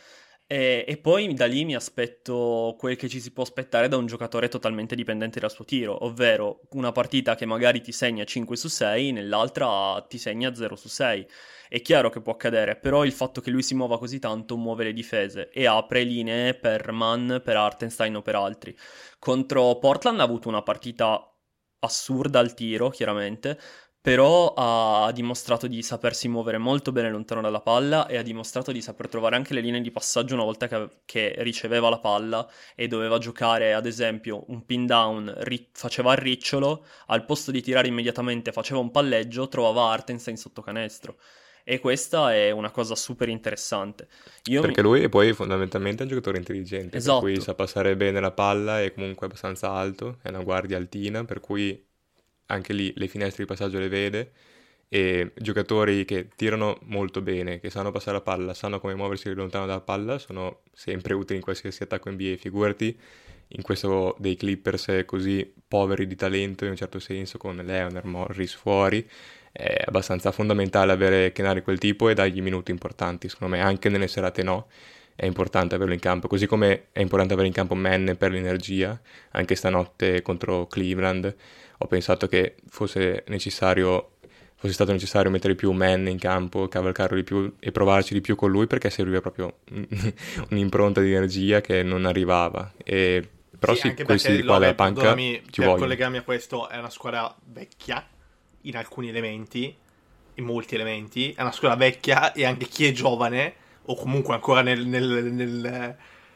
E poi da lì mi aspetto quel che ci si può aspettare da un giocatore totalmente dipendente dal suo tiro, ovvero una partita che magari ti segna 5 su 6, nell'altra ti segna 0 su 6. È chiaro che può accadere, però il fatto che lui si muova così tanto muove le difese e apre linee per Mann, per Hartenstein o per altri. Contro Portland ha avuto una partita assurda al tiro, chiaramente, però ha dimostrato di sapersi muovere molto bene lontano dalla palla e ha dimostrato di saper trovare anche le linee di passaggio una volta che riceveva la palla e doveva giocare, ad esempio, un pin down, faceva il ricciolo, al posto di tirare immediatamente faceva un palleggio, trovava Hartenstein sotto canestro. E questa è una cosa super interessante. Perché lui è poi fondamentalmente un giocatore intelligente, Esatto. per cui sa passare bene la palla, è comunque abbastanza alto, è una guardia altina, per cui anche lì le finestre di passaggio le vede, e giocatori che tirano molto bene, che sanno passare la palla, sanno come muoversi lontano dalla palla, sono sempre utili in qualsiasi attacco NBA. Figurati in questo dei Clippers così poveri di talento in un certo senso, con Leonard, Morris fuori, è abbastanza fondamentale avere Kenari quel tipo e dargli minuti importanti, secondo me, anche nelle serate no. È importante averlo in campo, così come è importante avere in campo Mann per l'energia. Anche stanotte contro Cleveland ho pensato che fosse stato necessario mettere più Mann in campo, cavalcarlo di più e provarci di più con lui, perché serviva proprio un'impronta di energia che non arrivava. Però sì, anche questi perché di qua dalla Love, panca perdonami, ci per vogliono. collegarmi a questo, è una squadra vecchia in alcuni elementi, in molti elementi, è una squadra vecchia, e anche chi è giovane o comunque ancora nel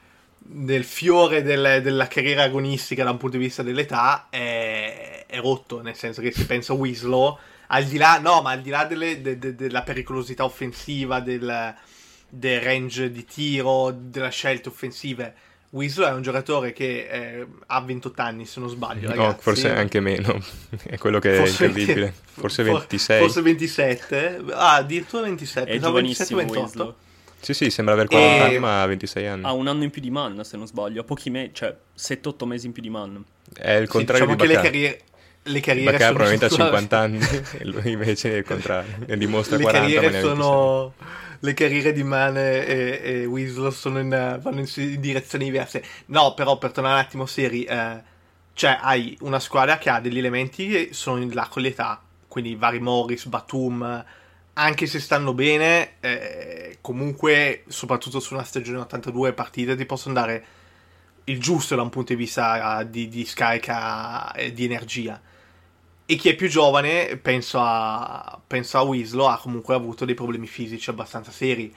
fiore della carriera agonistica da un punto di vista dell'età è rotto, nel senso che si pensa a Winslow, al di là della pericolosità offensiva, del range di tiro, delle scelte offensive. Winslow è un giocatore che ha 28 anni, se non sbaglio, No, ragazzi. forse anche meno, è quello che è incredibile. Forse 26. Forse 27. Addirittura 27. È Pensavo giovanissimo 27, 28. Winslow. Sì, sembra aver 40 anni, ma ha 26 anni. Ha un anno in più di Mann, se non sbaglio, pochi mesi, cioè 7-8 mesi in più di Mann. È il contrario diciamo di che Bakar. le carriere Bakar sono probabilmente ha 50 anni e lui invece è il contrario, ne dimostra le 40 ma carriere ne ha 26. sono le carriere di Mann e Winslow vanno in direzioni diverse. No, però per tornare un attimo seri, cioè hai una squadra che ha degli elementi che sono in là con l'età, quindi vari Morris, Batum, anche se stanno bene, comunque soprattutto su una stagione 82 partite ti possono dare il giusto da un punto di vista di scarica di energia. E chi è più giovane, penso a Winslow, ha comunque avuto dei problemi fisici abbastanza seri.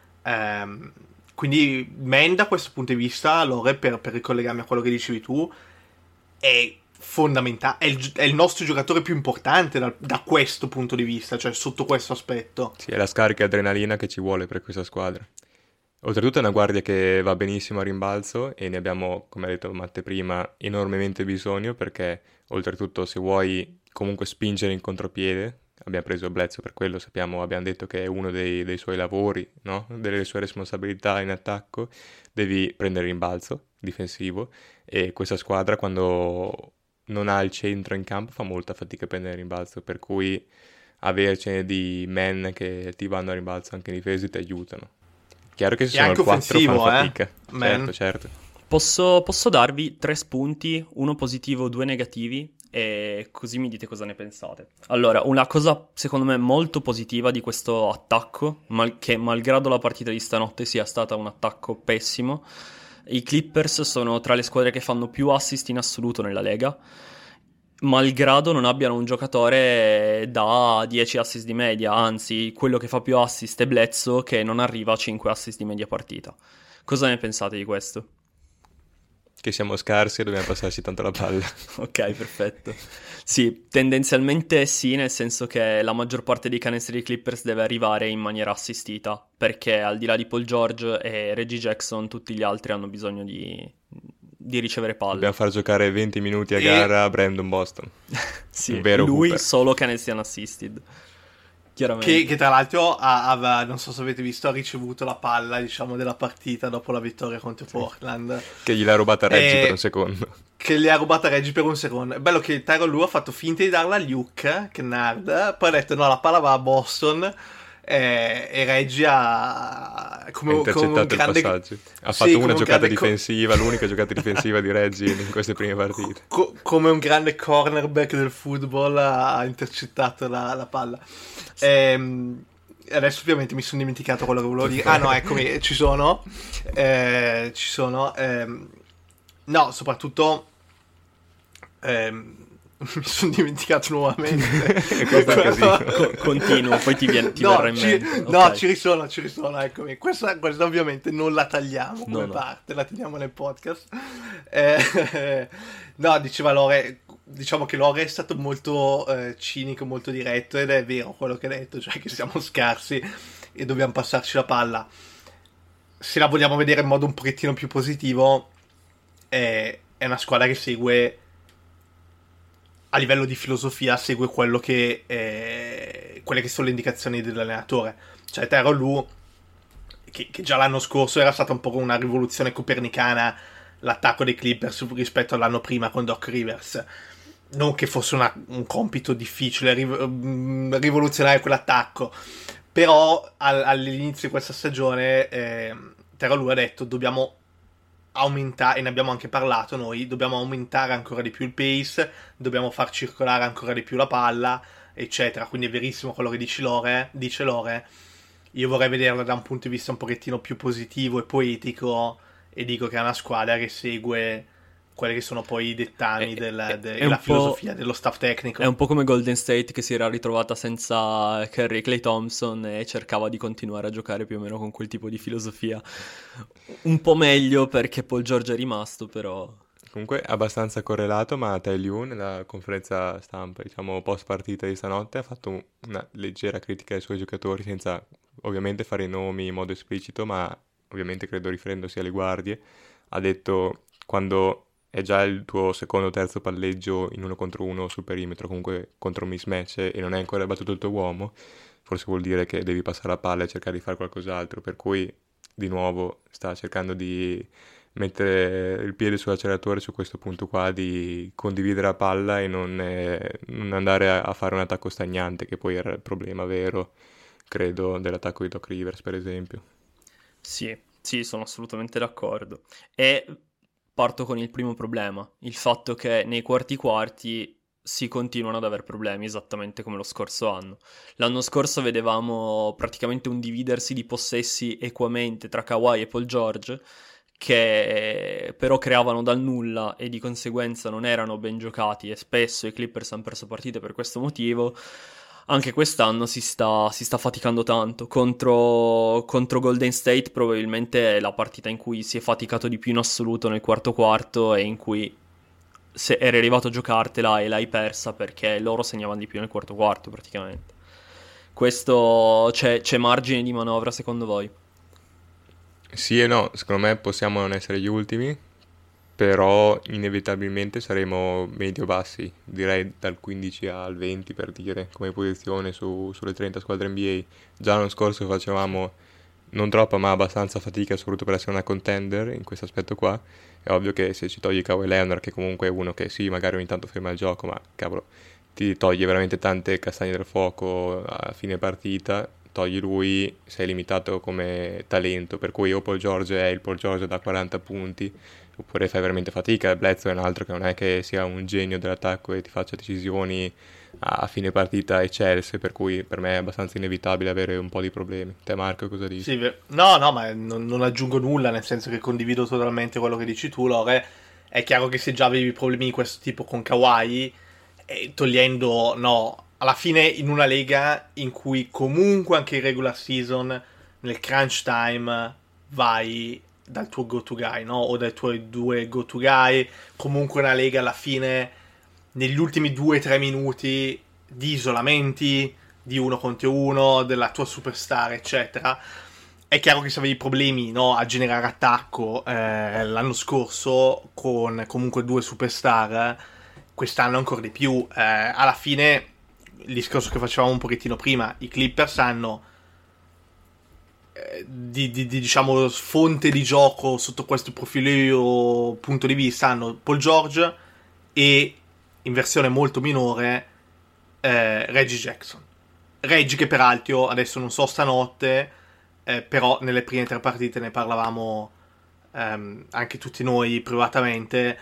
Quindi Man, da questo punto di vista, Lore, per ricollegarmi a quello che dicevi tu, è fondamentale, è il nostro giocatore più importante da questo punto di vista, cioè sotto questo aspetto. Sì, è la scarica adrenalina che ci vuole per questa squadra. Oltretutto è una guardia che va benissimo a rimbalzo e ne abbiamo, come ha detto Matte prima, enormemente bisogno, perché oltretutto se vuoi comunque spingere in contropiede, abbiamo preso Bledsoe per quello, abbiamo detto che è uno dei suoi lavori, no? Delle sue responsabilità in attacco, devi prendere il rimbalzo difensivo, e questa squadra quando non ha il centro in campo fa molta fatica a prendere il rimbalzo, per cui avercene di men che ti vanno a rimbalzo anche in difesa ti aiutano. Chiaro che se E sono al anche 4 fanno offensivo, fatica. Man. Certo. Posso darvi 3 spunti, uno positivo, 2 negativi, e così mi dite cosa ne pensate. Allora, una cosa secondo me molto positiva di questo attacco, che malgrado la partita di stanotte sia stata un attacco pessimo, i Clippers sono tra le squadre che fanno più assist in assoluto nella Lega, malgrado non abbiano un giocatore da 10 assist di media, anzi quello che fa più assist è Bledsoe, che non arriva a 5 assist di media partita. Cosa ne pensate di questo? Che siamo scarsi e dobbiamo passarci tanto la palla. Ok, perfetto. Sì, tendenzialmente sì, nel senso che la maggior parte dei canestri dei Clippers deve arrivare in maniera assistita, perché al di là di Paul George e Reggie Jackson tutti gli altri hanno bisogno di ricevere palle. Dobbiamo far giocare 20 minuti a gara a Brandon Boston. Sì, Un vero lui Cooper. solo canestri unassisted. Chiaramente. Che tra l'altro non so se avete visto, ha ricevuto la palla, diciamo, della partita dopo la vittoria contro Portland. Che gliel'ha rubata Reggie per un secondo. Che gli ha rubata Reggie per un secondo. È bello che Tyronn Lue ha fatto finta di darla a Luke Kennard, poi ha detto no, la palla va a Boston, e Reggie ha come un intercettato grande... il passaggio. Ha Sì, fatto come una un giocata grande difensiva, l'unica giocata difensiva di Reggie in queste prime partite. come un grande cornerback del football ha intercettato la palla. Adesso ovviamente mi sono dimenticato quello che volevo dire. Ah no, eccomi, ci sono. No, soprattutto mi sono dimenticato nuovamente. Continuo, poi ti No, verrà in mente. no, Ok. ci risono, eccomi. Questa ovviamente non la tagliamo come No. parte, la teniamo nel podcast. No, diciamo che Lore è stato molto cinico, molto diretto, ed è vero quello che ha detto, cioè che siamo scarsi e dobbiamo passarci la palla. Se la vogliamo vedere in modo un pochettino più positivo, è una squadra che segue, a livello di filosofia, segue quelle che sono le indicazioni dell'allenatore. Cioè Tyronn Lue, che già l'anno scorso era stata un po' una rivoluzione copernicana l'attacco dei Clippers rispetto all'anno prima con Doc Rivers. Non che fosse un compito difficile rivoluzionare quell'attacco, però all'inizio di questa stagione Tyronn Lue ha detto dobbiamo aumentare, e ne abbiamo anche parlato noi, dobbiamo aumentare ancora di più il pace, dobbiamo far circolare ancora di più la palla, eccetera. Quindi è verissimo quello che dice Lore. Io vorrei vederla da un punto di vista un pochettino più positivo e poetico, e dico che è una squadra che segue quelli che sono poi i dettami della filosofia dello staff tecnico. È un po' come Golden State, che si era ritrovata senza Curry e Klay Thompson e cercava di continuare a giocare più o meno con quel tipo di filosofia. Un po' meglio perché Paul George è rimasto, però... Comunque abbastanza correlato, ma Ty Lue nella conferenza stampa, diciamo post partita di stanotte, ha fatto una leggera critica ai suoi giocatori, senza ovviamente fare i nomi in modo esplicito, ma ovviamente credo riferendosi alle guardie. Ha detto: quando è già il tuo secondo o terzo palleggio in 1 contro 1 sul perimetro, comunque contro un mismatch, e non hai ancora battuto il tuo uomo, forse vuol dire che devi passare la palla e cercare di fare qualcos'altro, per cui di nuovo sta cercando di mettere il piede sull'acceleratore su questo punto qua, di condividere la palla e non andare a fare un attacco stagnante, che poi era il problema vero, credo, dell'attacco di Doc Rivers, per esempio. Sì, sono assolutamente d'accordo. E parto con il primo problema, il fatto che nei quarti si continuano ad avere problemi, esattamente come lo scorso anno. L'anno scorso vedevamo praticamente un dividersi di possessi equamente tra Kawhi e Paul George, che però creavano dal nulla e di conseguenza non erano ben giocati, e spesso i Clippers hanno perso partite per questo motivo. Anche quest'anno si sta faticando tanto. Contro Golden State probabilmente è la partita in cui si è faticato di più in assoluto nel quarto, e in cui se eri arrivato a giocartela e l'hai persa perché loro segnavano di più nel quarto praticamente. Questo c'è margine di manovra, secondo voi? Sì e no, secondo me possiamo non essere gli ultimi, però inevitabilmente saremo medio-bassi, direi dal 15 al 20 per dire, come posizione sulle 30 squadre NBA. Già l'anno scorso facevamo non troppa ma abbastanza fatica, soprattutto per essere una contender in questo aspetto qua. È ovvio che se ci togli Kawhi Leonard, che comunque è uno che sì, magari ogni tanto ferma il gioco, ma cavolo, ti toglie veramente tante castagne dal fuoco a fine partita, togli lui, sei limitato come talento, per cui o Paul George è il Paul George da 40 punti, oppure fai veramente fatica. Bledsoe è un altro che non è che sia un genio dell'attacco e ti faccia decisioni a fine partita eccelse, per cui per me è abbastanza inevitabile avere un po' di problemi. Te Marco cosa dici? Sì, no, ma non aggiungo nulla, nel senso che condivido totalmente quello che dici tu, Lore. È chiaro che se già avevi problemi di questo tipo con Kawhi, togliendo, no, alla fine in una lega in cui comunque anche in regular season, nel crunch time, vai dal tuo go-to guy, no? O dai tuoi due go-to guy, comunque una lega alla fine, negli ultimi 2-3 minuti di isolamenti, di 1 contro 1, della tua superstar, eccetera. È chiaro che se avevi problemi, no, a generare attacco l'anno scorso con comunque 2 superstar, quest'anno ancora di più. Alla fine, il discorso che facevamo un pochettino prima, i Clippers hanno diciamo fonte di gioco sotto questo profilo punto di vista, hanno Paul George e in versione molto minore Reggie Jackson. Reggi che peraltro adesso non so stanotte, però nelle prime 3 partite ne parlavamo anche tutti noi privatamente.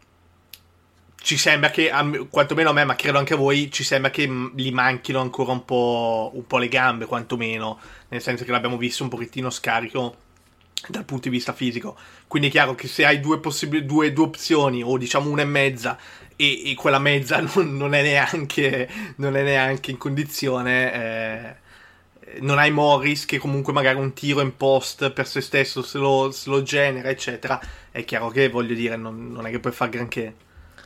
Ci sembra che, quantomeno a me, ma credo anche a voi, ci sembra che gli manchino ancora un po' le gambe, quantomeno, nel senso che l'abbiamo visto un pochettino scarico dal punto di vista fisico. Quindi è chiaro che se hai due opzioni, o diciamo una e mezza, e quella mezza non è neanche in condizione, non hai Morris che comunque magari un tiro in post per se stesso se lo genera, eccetera, è chiaro che, voglio dire, non è che puoi far granché.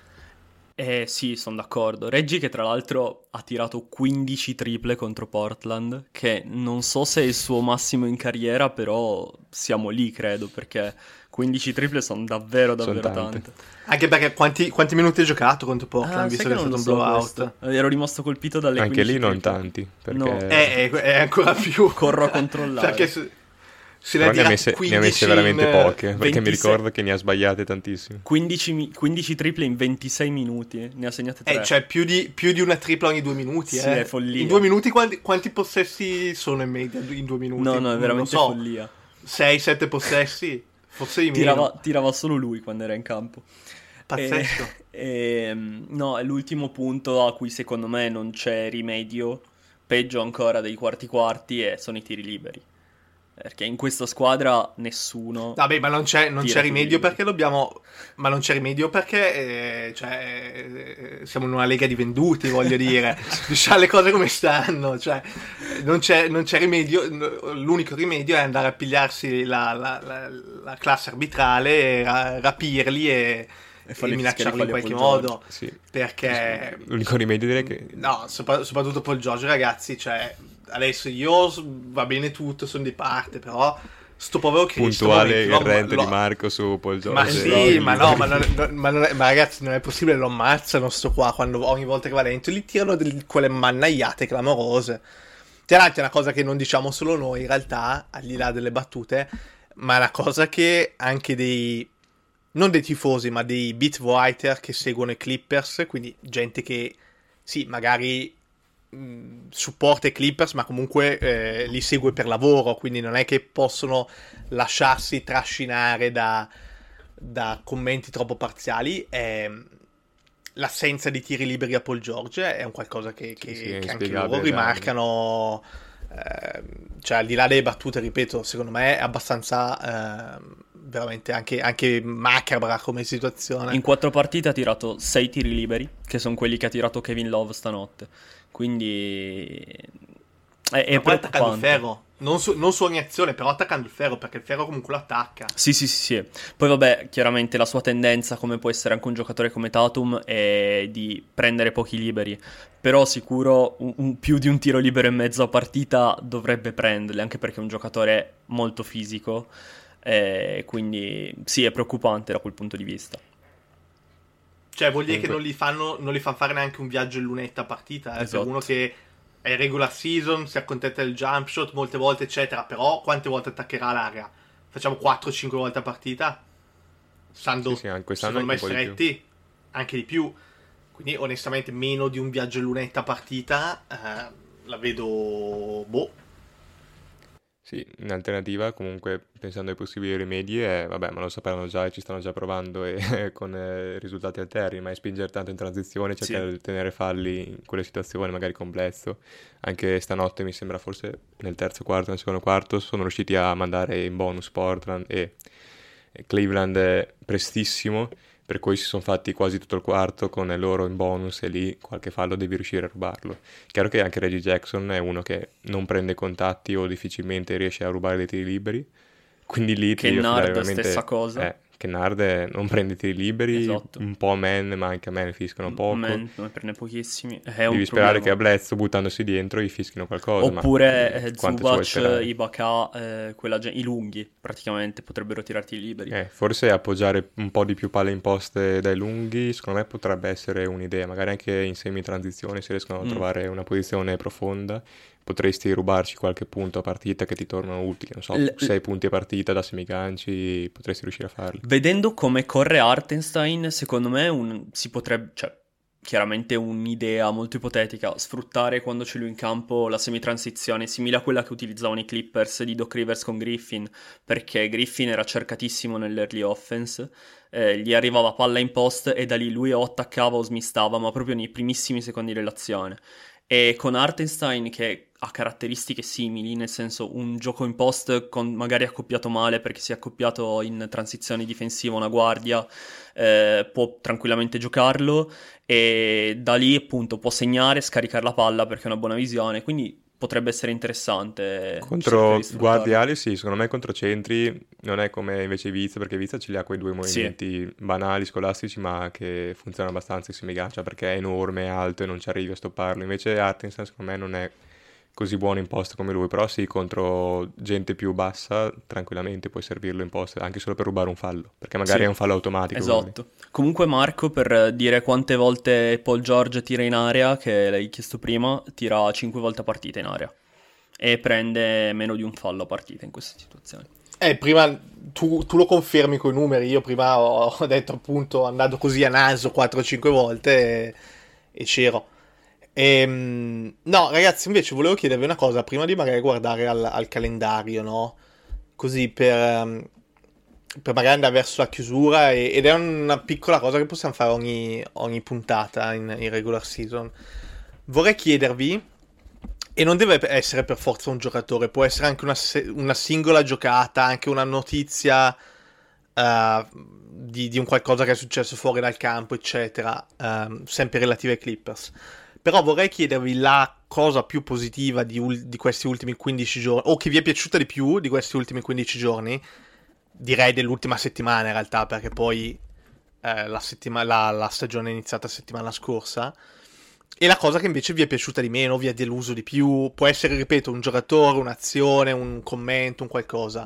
Sì, sono d'accordo. Reggie che tra l'altro ha tirato 15 triple contro Portland, che non so se è il suo massimo in carriera, però siamo lì, credo, perché 15 triple sono davvero tante. Anche perché quanti minuti hai giocato contro Portland, visto che è stato un blowout? Ero rimasto colpito dalle anche 15 lì non triple. tanti, perché... No, è ancora più... Corro a controllare. Perché se però ne ha messe veramente poche, 26... perché mi ricordo che ne ha sbagliate tantissime. 15 triple in 26 minuti, ne ha segnate 3. Cioè più di una tripla ogni 2 minuti. Sì, è follia. In 2 minuti quanti possessi sono in media in 2 minuti? No, è veramente follia. 6-7 possessi, forse di meno. Tirava solo lui quando era in campo. Pazzesco. No, è l'ultimo punto a cui secondo me non c'è rimedio, peggio ancora dei quarti, e sono i tiri liberi. Perché in questa squadra nessuno... Vabbè, ma non c'è rimedio perché dobbiamo... Ma non c'è rimedio perché siamo in una lega di venduti, voglio dire. Diciamo le cose come stanno. Cioè, non c'è rimedio. L'unico rimedio è andare a pigliarsi la classe arbitrale, rapirli e minacciarli in qualche modo. Sì. Perché... L'unico rimedio direi che... No, soprattutto Paul George, ragazzi, cioè... Adesso io va bene tutto, sono di parte, però sto povero Cristo puntuale irrente di Marco su Paul George. Ma sì, ma ragazzi, non è possibile, lo ammazzano sto qua quando ogni volta che va dentro gli tirano quelle mannaiate clamorose. Tra l'altro è una cosa che non diciamo solo noi, in realtà, al di là delle battute, ma è una cosa che anche non dei tifosi, ma dei beat writer che seguono i Clippers, quindi gente che sì, magari supporta i Clippers, ma comunque li segue per lavoro, quindi non è che possono lasciarsi trascinare da commenti troppo parziali. L'assenza di tiri liberi a Paul George è un qualcosa che anche loro rimarcano, cioè al di là delle battute, ripeto, secondo me è abbastanza veramente anche macabra come situazione. In 4 partite ha tirato 6 tiri liberi, che sono quelli che ha tirato Kevin Love stanotte. Quindi è poi attaccando il ferro, non su ogni azione, però attaccando il ferro, perché il ferro comunque lo attacca. Sì. Poi vabbè, chiaramente la sua tendenza, come può essere anche un giocatore come Tatum, è di prendere pochi liberi. Però sicuro più di un tiro libero e mezzo a partita dovrebbe prenderli, anche perché è un giocatore molto fisico. Quindi sì, è preoccupante da quel punto di vista. Cioè vuol dire che non li fanno fare neanche un viaggio in lunetta a partita, esatto. Per uno che è regular season, si accontenta del jump shot molte volte eccetera, però quante volte attaccherà l'area? Facciamo 4-5 volte a partita? Stando secondo me stretti, anche di più. Quindi onestamente meno di un viaggio in lunetta a partita la vedo Sì, in alternativa comunque pensando ai possibili rimedi vabbè, ma lo sapranno già e ci stanno già provando e con risultati alterni, ma è spingere tanto in transizione, cercare di tenere falli in quelle situazioni magari complesso. Anche stanotte mi sembra forse nel terzo quarto, nel secondo quarto sono riusciti a mandare in bonus Portland e Cleveland prestissimo, per cui si sono fatti quasi tutto il quarto con loro in bonus e lì qualche fallo devi riuscire a rubarlo. Chiaro che anche Reggie Jackson è uno che non prende contatti o difficilmente riesce a rubare dei tiri liberi, quindi lì Kennard stessa cosa. Kennard non prende tiri liberi, esatto. Un po' Man, ma anche a Man fiscano poco. Man ne prende pochissimi. Devi sperare che a Bledsoe buttandosi dietro gli fischino qualcosa. Oppure Zubac, Ibaka, i lunghi praticamente potrebbero tirarti liberi. Forse appoggiare un po' di più palle in poste dai lunghi secondo me potrebbe essere un'idea, magari anche in semi-transizione se riescono a trovare una posizione profonda. Potresti rubarci qualche punto a partita che ti tornano utili, non so, 6 punti a partita da semiganci, potresti riuscire a farli. Vedendo come corre Hartenstein, secondo me si potrebbe, cioè, chiaramente un'idea molto ipotetica, sfruttare quando c'è lui in campo la semitransizione simile a quella che utilizzavano i Clippers di Doc Rivers con Griffin, perché Griffin era cercatissimo nell'early offense, gli arrivava palla in post e da lì lui o attaccava o smistava, ma proprio nei primissimi secondi dell'azione. E con Hartenstein, che ha caratteristiche simili, nel senso un gioco in post con magari accoppiato male perché si è accoppiato in transizione difensiva una guardia, può tranquillamente giocarlo e da lì appunto può segnare, scaricare la palla perché ha una buona visione, quindi potrebbe essere interessante Contro guardie ali, sì, secondo me contro centri non è come invece Ivica, perché Ivica ce li ha quei due movimenti banali, scolastici, ma che funzionano abbastanza in semigaccia perché è enorme, è alto e non ci arrivi a stopparlo. Invece Hartenstein secondo me non è così buono in post come lui, però sì, contro gente più bassa tranquillamente puoi servirlo in post anche solo per rubare un fallo, perché magari è un fallo automatico. Esatto. Comunque Marco, per dire quante volte Paul George tira in area, che l'hai chiesto prima, tira 5 volte a partita in area e prende meno di un fallo a partita in queste situazioni. Prima tu lo confermi con i numeri, io prima ho detto appunto andando così a naso 4-5 volte e c'ero. No, ragazzi, invece volevo chiedervi una cosa prima di magari guardare al calendario, no? Così per magari andare verso la chiusura, ed è una piccola cosa che possiamo fare ogni puntata in regular season. Vorrei chiedervi, e non deve essere per forza un giocatore, può essere anche una singola giocata, anche una notizia di un qualcosa che è successo fuori dal campo, eccetera, sempre relative ai Clippers. Però vorrei chiedervi la cosa più positiva di questi ultimi 15 giorni, o che vi è piaciuta di più di questi ultimi 15 giorni, direi dell'ultima settimana in realtà, perché poi la stagione è iniziata la settimana scorsa, e la cosa che invece vi è piaciuta di meno, vi ha deluso di più, può essere, ripeto, un giocatore, un'azione, un commento, un qualcosa.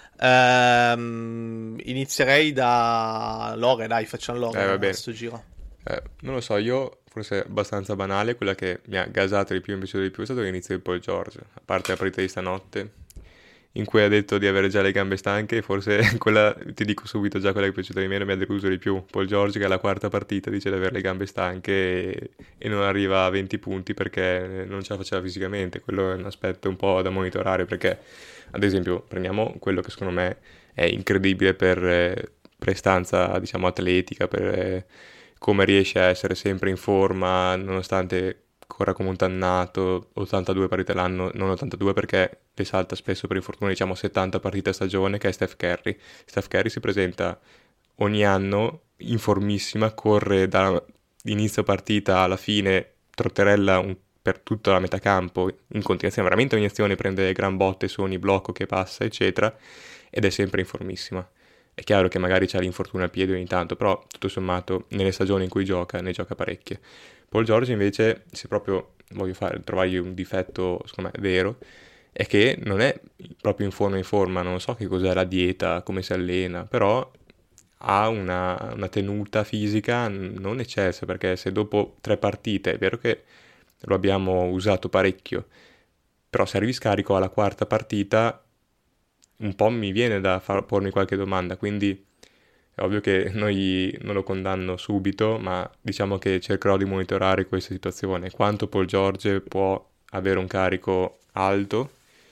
Inizierei da Lore, dai, facciamo Lore a questo giro. Non lo so, io forse abbastanza banale, quella che mi ha gasato di più, mi è piaciuto di più, è stato l'inizio di Paul George, a parte la partita di stanotte, in cui ha detto di avere già le gambe stanche, forse quella, ti dico subito già quella che è piaciuta di meno, mi ha deluso di più. Paul George che alla quarta partita dice di avere le gambe stanche e non arriva a 20 punti perché non ce la faceva fisicamente. Quello è un aspetto un po' da monitorare, perché ad esempio prendiamo quello che secondo me è incredibile per prestanza, diciamo, atletica, per come riesce a essere sempre in forma nonostante corra come un dannato, 82 partite l'anno, non 82 perché le salta spesso per infortuni, diciamo 70 partite a stagione, che è Steph Curry. Steph Curry si presenta ogni anno in formissima, corre da inizio partita alla fine, trotterella per tutta la metà campo in continuazione, veramente ogni azione prende gran botte su ogni blocco che passa, eccetera, ed è sempre in formissima. È chiaro che magari c'ha l'infortunio al piede ogni tanto, però tutto sommato nelle stagioni in cui gioca, ne gioca parecchie. Paul George invece, se proprio voglio trovargli un difetto, secondo me, vero, è che non è proprio in forma, non so che cos'è la dieta, come si allena, però ha una tenuta fisica non eccelsa, perché se dopo 3 partite, è vero che lo abbiamo usato parecchio, però se arrivi scarico alla quarta partita, un po' mi viene da pormi qualche domanda, quindi è ovvio che noi non lo condanno subito, ma diciamo che cercherò di monitorare questa situazione. Quanto Paul George può avere un carico alto,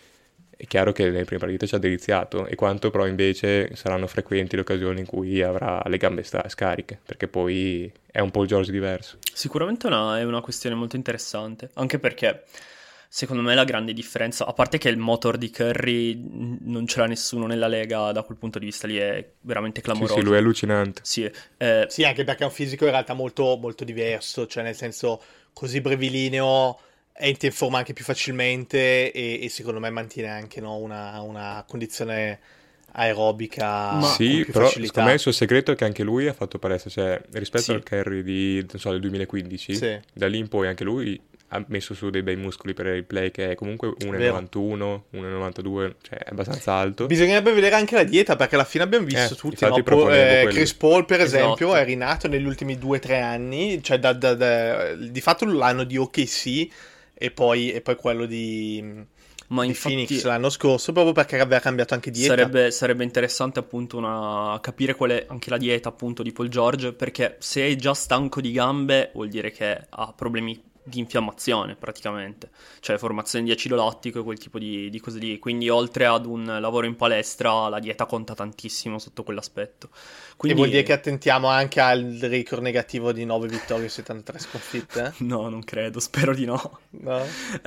è chiaro che nelle prime partite ci ha deliziato, e quanto però invece saranno frequenti le occasioni in cui avrà le gambe scariche, perché poi è un Paul George diverso. Sicuramente è una questione molto interessante, anche perché secondo me la grande differenza, a parte che il motor di Curry non ce l'ha nessuno nella Lega, da quel punto di vista lì è veramente clamoroso. Sì, lui è allucinante. Sì, anche perché è un fisico in realtà molto, molto diverso, cioè nel senso così brevilineo, entra in forma anche più facilmente e secondo me mantiene anche, no, una condizione aerobica sì, con più però facilità. Secondo me il suo segreto è che anche lui ha fatto palestra, cioè rispetto al Curry del 2015, da lì in poi anche lui ha messo su dei bei muscoli per il play, che è comunque 1,91, 1,92, cioè è abbastanza alto. Bisognerebbe vedere anche la dieta, perché alla fine abbiamo visto tutti, no? Chris Paul per esempio è rinato negli ultimi 2-3 anni, cioè di fatto l'anno di OKC e poi quello di Ma di infatti Phoenix l'anno scorso, proprio perché aveva cambiato anche dieta. sarebbe interessante appunto capire qual è anche la dieta appunto di Paul George, perché se è già stanco di gambe vuol dire che ha problemi di infiammazione praticamente, cioè formazione di acido lattico e quel tipo di cose lì. Quindi oltre ad un lavoro in palestra, la dieta conta tantissimo sotto quell'aspetto. E vuol dire Quindi che attentiamo anche al record negativo di 9 vittorie e 73 sconfitte? no, non credo, spero di no. No?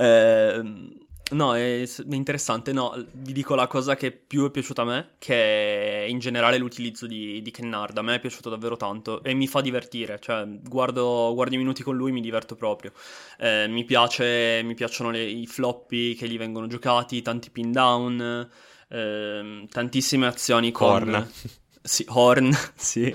No, è interessante. No, vi dico la cosa che più è piaciuta a me, che è in generale l'utilizzo di Kennard. A me è piaciuto davvero tanto e mi fa divertire. Cioè, guardo i minuti con lui, mi diverto proprio. Mi piacciono i floppy che gli vengono giocati, tanti pin down, tantissime azioni con... Horn. Sì, Horn, sì.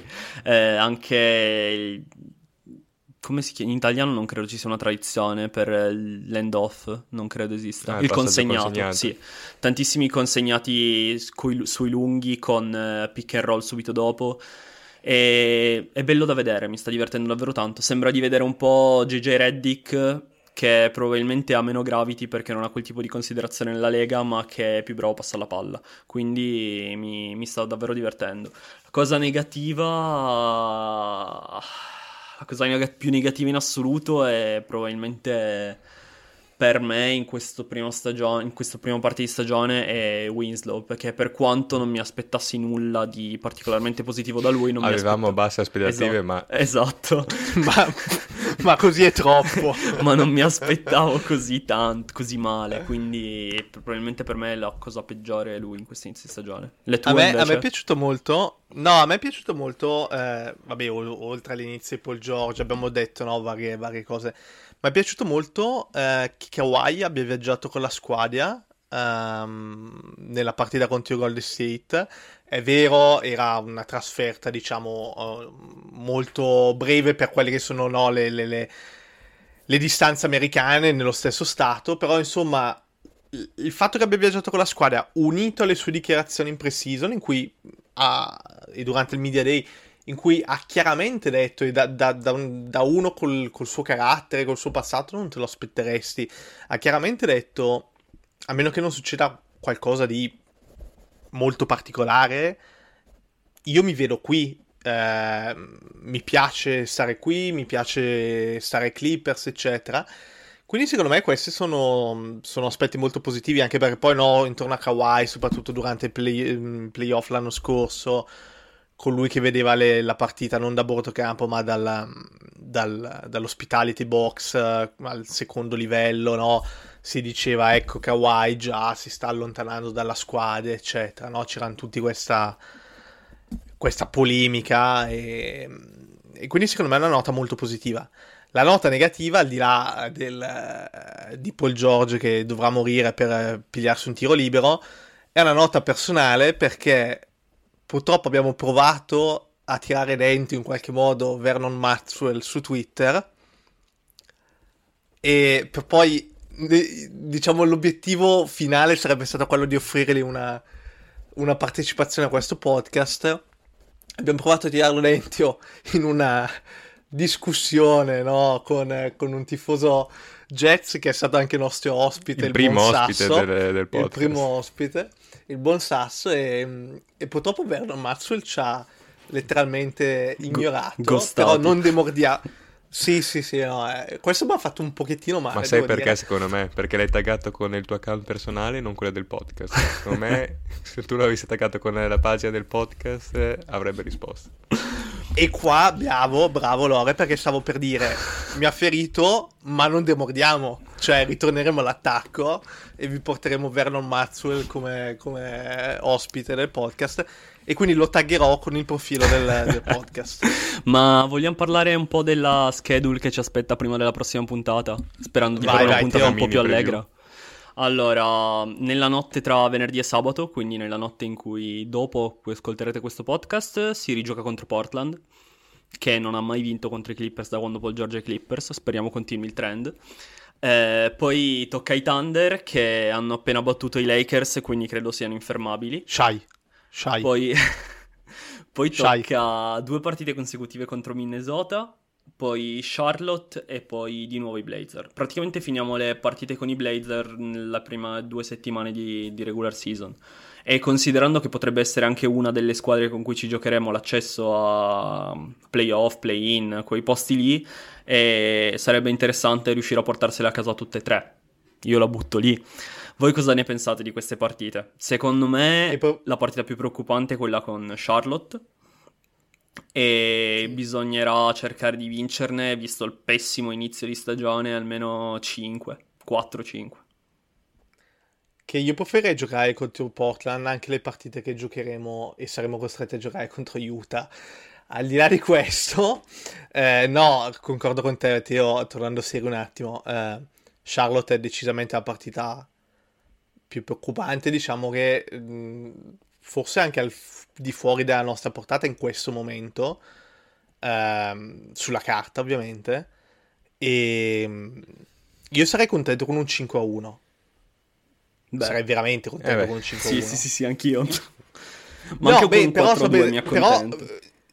Anche... Come si chiama? In italiano non credo ci sia una tradizione per l'end off, non credo esista. Il Il passaggio consegnato, sì. Tantissimi consegnati sui lunghi con pick and roll subito dopo. E è bello da vedere, mi sta divertendo davvero tanto. Sembra di vedere un po' JJ Redick, che probabilmente ha meno gravity perché non ha quel tipo di considerazione nella lega, ma che è più bravo a passare la palla. Quindi mi sta davvero divertendo. La cosa negativa... La cosa più negativa in assoluto è probabilmente per me in questo primo parte di stagione è Winslow, perché per quanto non mi aspettassi nulla di particolarmente positivo da lui, non Avevamo basse aspettative, Esatto. ma così è troppo. Ma non mi aspettavo così tanto, così male, quindi probabilmente per me è la cosa peggiore lui in questo inizio di stagione. Le tue A me invece? è piaciuto molto. No, a me è piaciuto molto. Vabbè, oltre all'inizio di Paul George, abbiamo detto, no, varie cose. Ma è piaciuto molto che Kawhi abbia viaggiato con la squadra nella partita contro Golden State. È vero, era una trasferta, diciamo, molto breve per quelle che sono, no, le distanze americane nello stesso stato, però insomma il fatto che abbia viaggiato con la squadra, unito alle sue dichiarazioni in pre-season, in cui e durante il Media Day, in cui ha chiaramente detto, e da uno col suo carattere, col suo passato, non te lo aspetteresti, ha chiaramente detto, a meno che non succeda qualcosa di molto particolare, io mi vedo qui, mi piace stare qui, mi piace stare ai Clippers, eccetera. Quindi secondo me questi sono aspetti molto positivi, anche perché poi no, intorno a Kawhi, soprattutto durante il playoff l'anno scorso, con lui che vedeva la partita non da bortocampo ma dall'hospitality box al secondo livello, no? Si diceva, ecco, Kawhi già si sta allontanando dalla squadra, eccetera, no? C'erano tutti questa polemica e quindi secondo me è una nota molto positiva. La nota negativa, al di là di Paul George che dovrà morire per pigliarsi un tiro libero, è una nota personale perché purtroppo abbiamo provato a tirare dentro in qualche modo Vernon Maxwell su Twitter e per poi, diciamo, l'obiettivo finale sarebbe stato quello di offrirgli una partecipazione a questo podcast. Abbiamo provato a tirarlo dentro in una discussione, no? con un tifoso Jets che è stato anche nostro ospite, il primo buon ospite Sasso, del podcast. il primo ospite, il buon Sasso, e purtroppo Vernon Maxwell ci ha letteralmente ignorato, Ghostato. però non demordiamo. Sì, no, questo mi ha fatto un pochettino male. Ma sai devo perché dire. Secondo me? Perché l'hai taggato con il tuo account personale e non quello del podcast. Secondo me, se tu l'avessi taggato con la pagina del podcast, avrebbe risposto. E qua, bravo Lore, perché stavo per dire, mi ha ferito, ma non demordiamo. Cioè, ritorneremo all'attacco e vi porteremo Vernon Maxwell come ospite del podcast. E quindi lo taggerò con il profilo del podcast. Ma vogliamo parlare un po' della schedule che ci aspetta prima della prossima puntata? Sperando di Vai, fare una vai, puntata un po' mini più preview. allegra. Allora, nella notte tra venerdì e sabato, quindi nella notte in cui dopo ascolterete questo podcast, si rigioca contro Portland, che non ha mai vinto contro i Clippers da quando Paul George è Clippers. Speriamo continui il trend. Poi tocca ai Thunder, che hanno appena battuto i Lakers, quindi credo siano infermabili. Shy. Poi Shy. tocca 2 partite consecutive contro Minnesota, poi Charlotte e poi di nuovo i Blazer. Praticamente finiamo le partite con i Blazer nella prima 2 settimane di regular season. E considerando che potrebbe essere anche una delle squadre con cui ci giocheremo l'accesso a playoff, play-in, quei posti lì, sarebbe interessante riuscire a portarsele a casa tutte e tre. Io la butto lì. Voi cosa ne pensate di queste partite? Secondo me la partita più preoccupante è quella con Charlotte e bisognerà cercare di vincerne, visto il pessimo inizio di stagione, almeno 4-5. Che io preferirei giocare contro Portland anche le partite che giocheremo e saremo costretti a giocare contro Utah. Al di là di questo, no, concordo con te, Teo, tornando serio un attimo. Charlotte è decisamente la partita più preoccupante, diciamo che forse anche di fuori dalla nostra portata in questo momento, sulla carta ovviamente, e io sarei contento con un 5-1. Beh, sarei veramente contento con un 5-1. Sì, anch'io. Ma anche con un 4-2 mi accontento.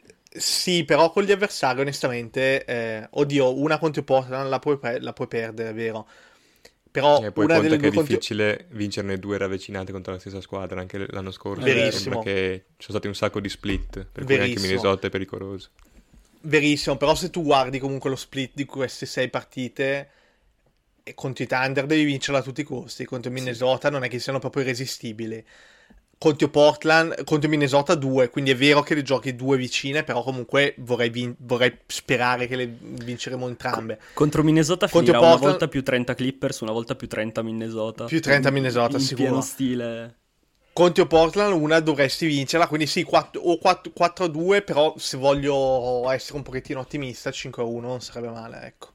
Sì, però con gli avversari onestamente, oddio, una contro Portland la puoi perdere, è vero. Però poi una conta delle che è due difficile vincerne 2 ravvicinate contro la stessa squadra. Anche l'anno scorso Verissimo. sembra che ci sono stati un sacco di split, per cui anche Minnesota è pericoloso. Verissimo, però se tu guardi comunque lo split di queste 6 partite e contro i Thunder devi vincerla a tutti i costi, contro Minnesota non è che siano proprio irresistibili. Contro Portland, contro Minnesota 2, quindi è vero che le giochi 2 vicine, però comunque vorrei sperare che le vinceremo entrambe. Contro Minnesota finirà una volta più 30 Clippers, una volta più 30 Minnesota. Più 30 Minnesota, in sicuro. Pieno stile. Contro Portland una dovresti vincerla, quindi sì, 4-2, però se voglio essere un pochettino ottimista, 5-1 non sarebbe male, ecco.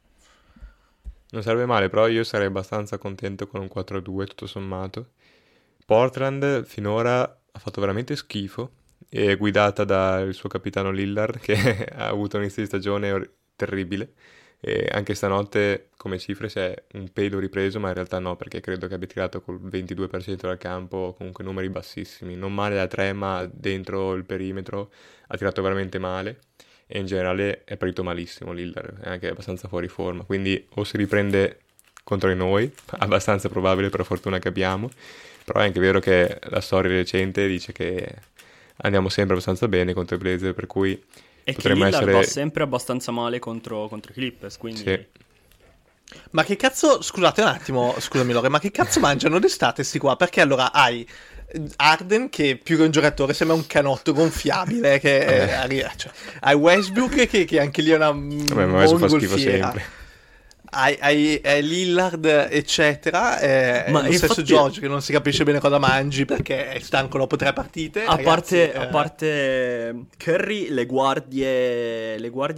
Non sarebbe male, però io sarei abbastanza contento con un 4-2 tutto sommato. Portland finora ha fatto veramente schifo, è guidata dal suo capitano Lillard che ha avuto un inizio di stagione terribile e anche stanotte come cifre si è un pelo ripreso, ma in realtà no, perché credo che abbia tirato col 22% dal campo, comunque numeri bassissimi, non male da 3 ma dentro il perimetro ha tirato veramente male e in generale è partito malissimo Lillard, è anche abbastanza fuori forma, quindi o si riprende contro di noi, abbastanza probabile per fortuna che abbiamo. Però è anche vero che la storia recente dice che andiamo sempre abbastanza bene contro i Blazer, per cui e potremmo che Lillard essere... va sempre abbastanza male contro i Clippers, quindi... Sì. Ma che cazzo, scusate un attimo, scusami Lore, ma che cazzo mangiano d'estate sti qua? Perché allora hai Harden che più che un giocatore sembra un canotto gonfiabile, cioè, hai Westbrook che anche lì è una Vabbè, ma adesso fa schifo sempre. Hai Lillard eccetera, ma lo infatti... stesso George che non si capisce bene cosa mangi perché è stanco dopo 3 partite, a ragazzi, parte Curry, le guardie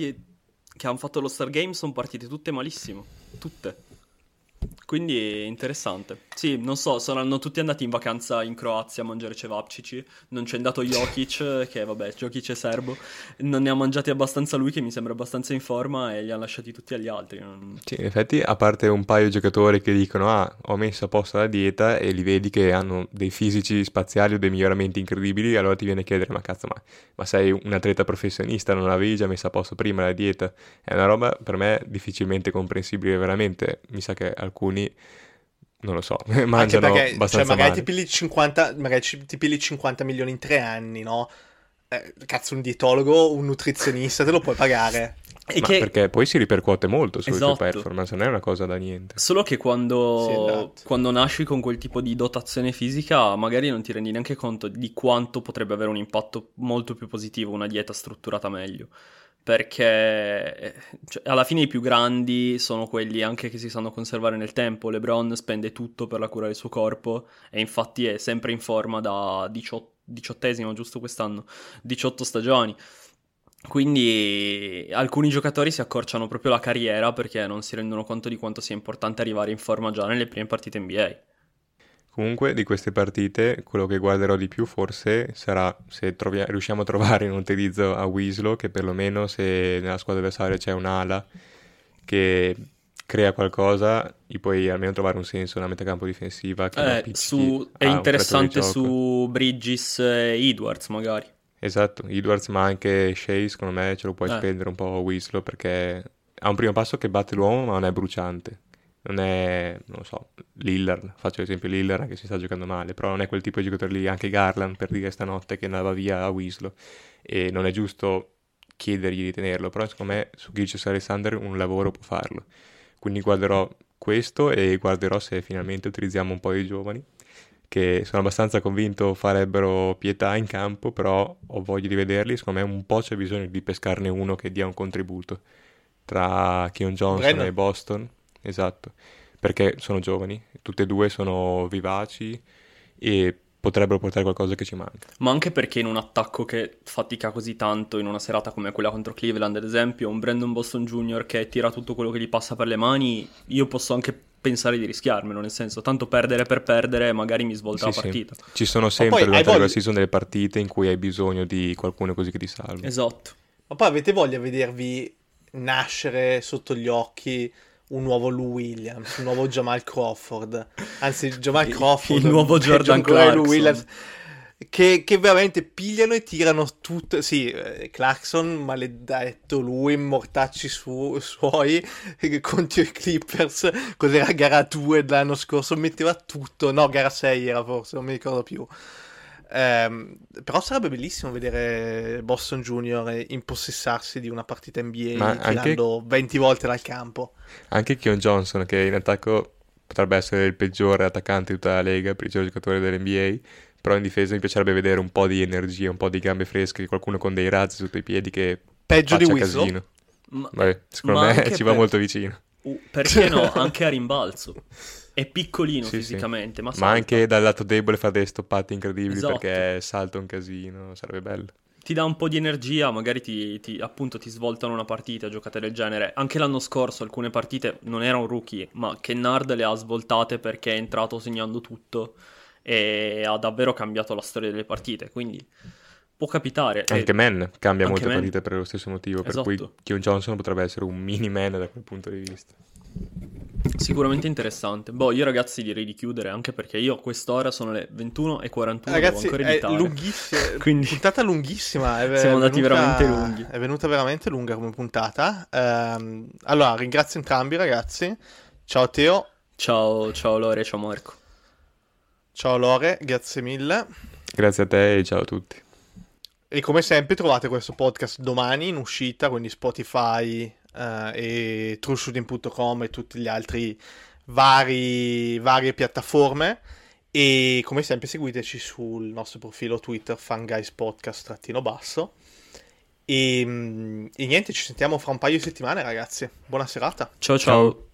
che hanno fatto lo Star Game sono partite tutte malissimo, tutte. Quindi è interessante. Sì, non so, saranno tutti andati in vacanza in Croazia a mangiare cevapcici. Non c'è andato Jokic, che vabbè, Jokic è serbo. Non ne ha mangiati abbastanza lui, che mi sembra abbastanza in forma, e li ha lasciati tutti agli altri. Sì, in effetti, a parte un paio di giocatori che dicono ho messo a posto la dieta e li vedi che hanno dei fisici spaziali o dei miglioramenti incredibili, allora ti viene a chiedere, ma cazzo, ma sei un atleta professionista, non l'avevi già messo a posto prima la dieta? È una roba per me difficilmente comprensibile, veramente. Mi sa che alcuni non lo so, mangiano abbastanza cioè, magari male. ti pigli 50 milioni in 3 anni, no? Cazzo, un dietologo, un nutrizionista te lo puoi pagare. Perché poi si ripercuote molto sulle tue Esatto. performance, non è una cosa da niente. Solo che quando, Sì, esatto. quando nasci con quel tipo di dotazione fisica, magari non ti rendi neanche conto di quanto potrebbe avere un impatto molto più positivo una dieta strutturata meglio. Perché cioè, alla fine i più grandi sono quelli anche che si sanno conservare nel tempo. LeBron spende tutto per la cura del suo corpo e infatti è sempre in forma da 18esimo, giusto quest'anno, 18 stagioni. Quindi alcuni giocatori si accorciano proprio la carriera perché non si rendono conto di quanto sia importante arrivare in forma già nelle prime partite NBA. Comunque di queste partite quello che guarderò di più forse sarà se riusciamo a trovare un utilizzo a Winslow, che perlomeno se nella squadra avversaria c'è un'ala che crea qualcosa, gli puoi almeno trovare un senso nella metacampo difensiva che È interessante su Bridges e Edwards magari. Esatto, Edwards, ma anche Shea, secondo me ce lo puoi spendere un po' Winslow, perché ha un primo passo che batte l'uomo ma non è bruciante. Non è, non lo so, Lillard, faccio l'esempio Lillard anche se si sta giocando male, però non è quel tipo di giocatore lì, anche Garland per dire stanotte che andava via a Winslow, e non è giusto chiedergli di tenerlo, però secondo me su Gilgeous-Alexander un lavoro può farlo, quindi guarderò questo e guarderò se finalmente utilizziamo un po' i giovani, che sono abbastanza convinto farebbero pietà in campo, però ho voglia di vederli, secondo me un po' c'è bisogno di pescarne uno che dia un contributo, tra Keon Johnson e Boston, esatto, perché sono giovani, tutte e due sono vivaci e potrebbero portare qualcosa che ci manca. Ma anche perché in un attacco che fatica così tanto, in una serata come quella contro Cleveland, ad esempio, un Brandon Boston Jr. che tira tutto quello che gli passa per le mani, io posso anche pensare di rischiarmelo, nel senso, tanto perdere per perdere, magari mi svolta la partita. Sì. Ci sono sempre durante la season delle partite in cui hai bisogno di qualcuno così che ti salva. Esatto. Ma poi avete voglia di vedervi nascere sotto gli occhi un nuovo Lou Williams, un nuovo Jamal Crawford, anzi Jamal Crawford, il nuovo Jordan Clarkson, Lou Williams, che veramente pigliano e tirano tutto, sì, Clarkson, maledetto lui, mortacci suoi contro i Clippers, cos'era gara 2 dell'anno scorso, metteva tutto, no, gara 6 era forse, non mi ricordo più. Però sarebbe bellissimo vedere Boston Junior impossessarsi di una partita NBA tirando 20 volte dal campo. Anche Keon Johnson, che in attacco potrebbe essere il peggiore attaccante di tutta la Lega, il peggiore giocatore dell'NBA, però in difesa mi piacerebbe vedere un po' di energia, un po' di gambe fresche, qualcuno con dei razzi sotto i piedi che peggio faccia di casino. Secondo me ci va molto vicino. Perché no? Anche a rimbalzo. È piccolino fisicamente, ma anche dal lato debole fa delle stoppate incredibili, esatto, perché salta un casino, sarebbe bello. Ti dà un po' di energia, magari appunto ti svoltano una partita, giocate del genere. Anche l'anno scorso alcune partite non era un rookie, ma Kennard le ha svoltate perché è entrato segnando tutto e ha davvero cambiato la storia delle partite, quindi può capitare. Anche Man cambia molte partite per lo stesso motivo, per cui Keon Johnson potrebbe essere un mini Man da quel punto di vista. Sicuramente interessante. Io ragazzi direi di chiudere, anche perché io a quest'ora sono le 21:41. Ragazzi, devo ancora editare. È lunghissima, quindi puntata lunghissima. Siamo andati veramente lunghi. È venuta veramente lunga come puntata. Allora, ringrazio entrambi ragazzi. Ciao Teo. Ciao Lore, ciao Marco. Ciao Lore, grazie mille. Grazie a te e ciao a tutti. E come sempre trovate questo podcast domani in uscita, quindi Spotify e trueshooting.com e tutti gli altri varie piattaforme, e come sempre seguiteci sul nostro profilo Twitter FunGuysPodcast _ e niente, ci sentiamo fra un paio di settimane ragazzi, buona serata, ciao.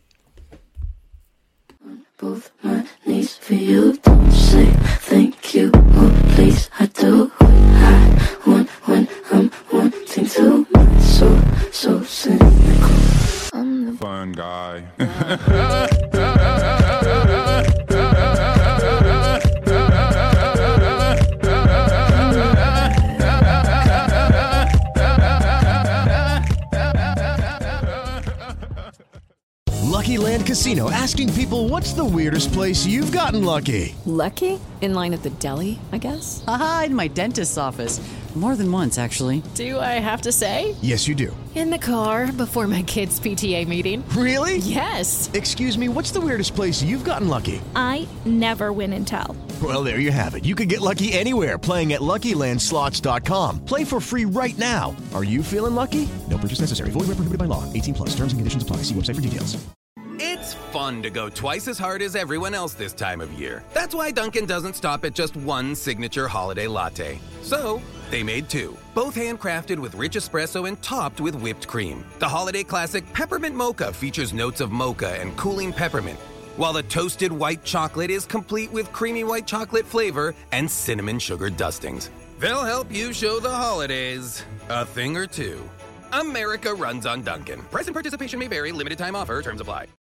Both my knees for you, don't say thank you, oh please, I do what I want when I'm wanting to, so cynical. I'm the fun guy. Lucky Land Casino, asking people, what's the weirdest place you've gotten lucky? Lucky? In line at the deli, I guess? Aha, in my dentist's office. More than once, actually. Do I have to say? Yes, you do. In the car before my kids' PTA meeting. Really? Yes. Excuse me, what's the weirdest place you've gotten lucky? I never win and tell. Well, there you have it. You can get lucky anywhere, playing at LuckyLandSlots.com. Play for free right now. Are you feeling lucky? No purchase necessary. Void where prohibited by law. 18+. Terms and conditions apply. See website for details. It's fun to go twice as hard as everyone else this time of year. That's why Dunkin' doesn't stop at just one signature holiday latte. So, they made two, both handcrafted with rich espresso and topped with whipped cream. The holiday classic Peppermint Mocha features notes of mocha and cooling peppermint, while the toasted white chocolate is complete with creamy white chocolate flavor and cinnamon sugar dustings. They'll help you show the holidays a thing or two. America runs on Dunkin'. Price and participation may vary. Limited time offer. Terms apply.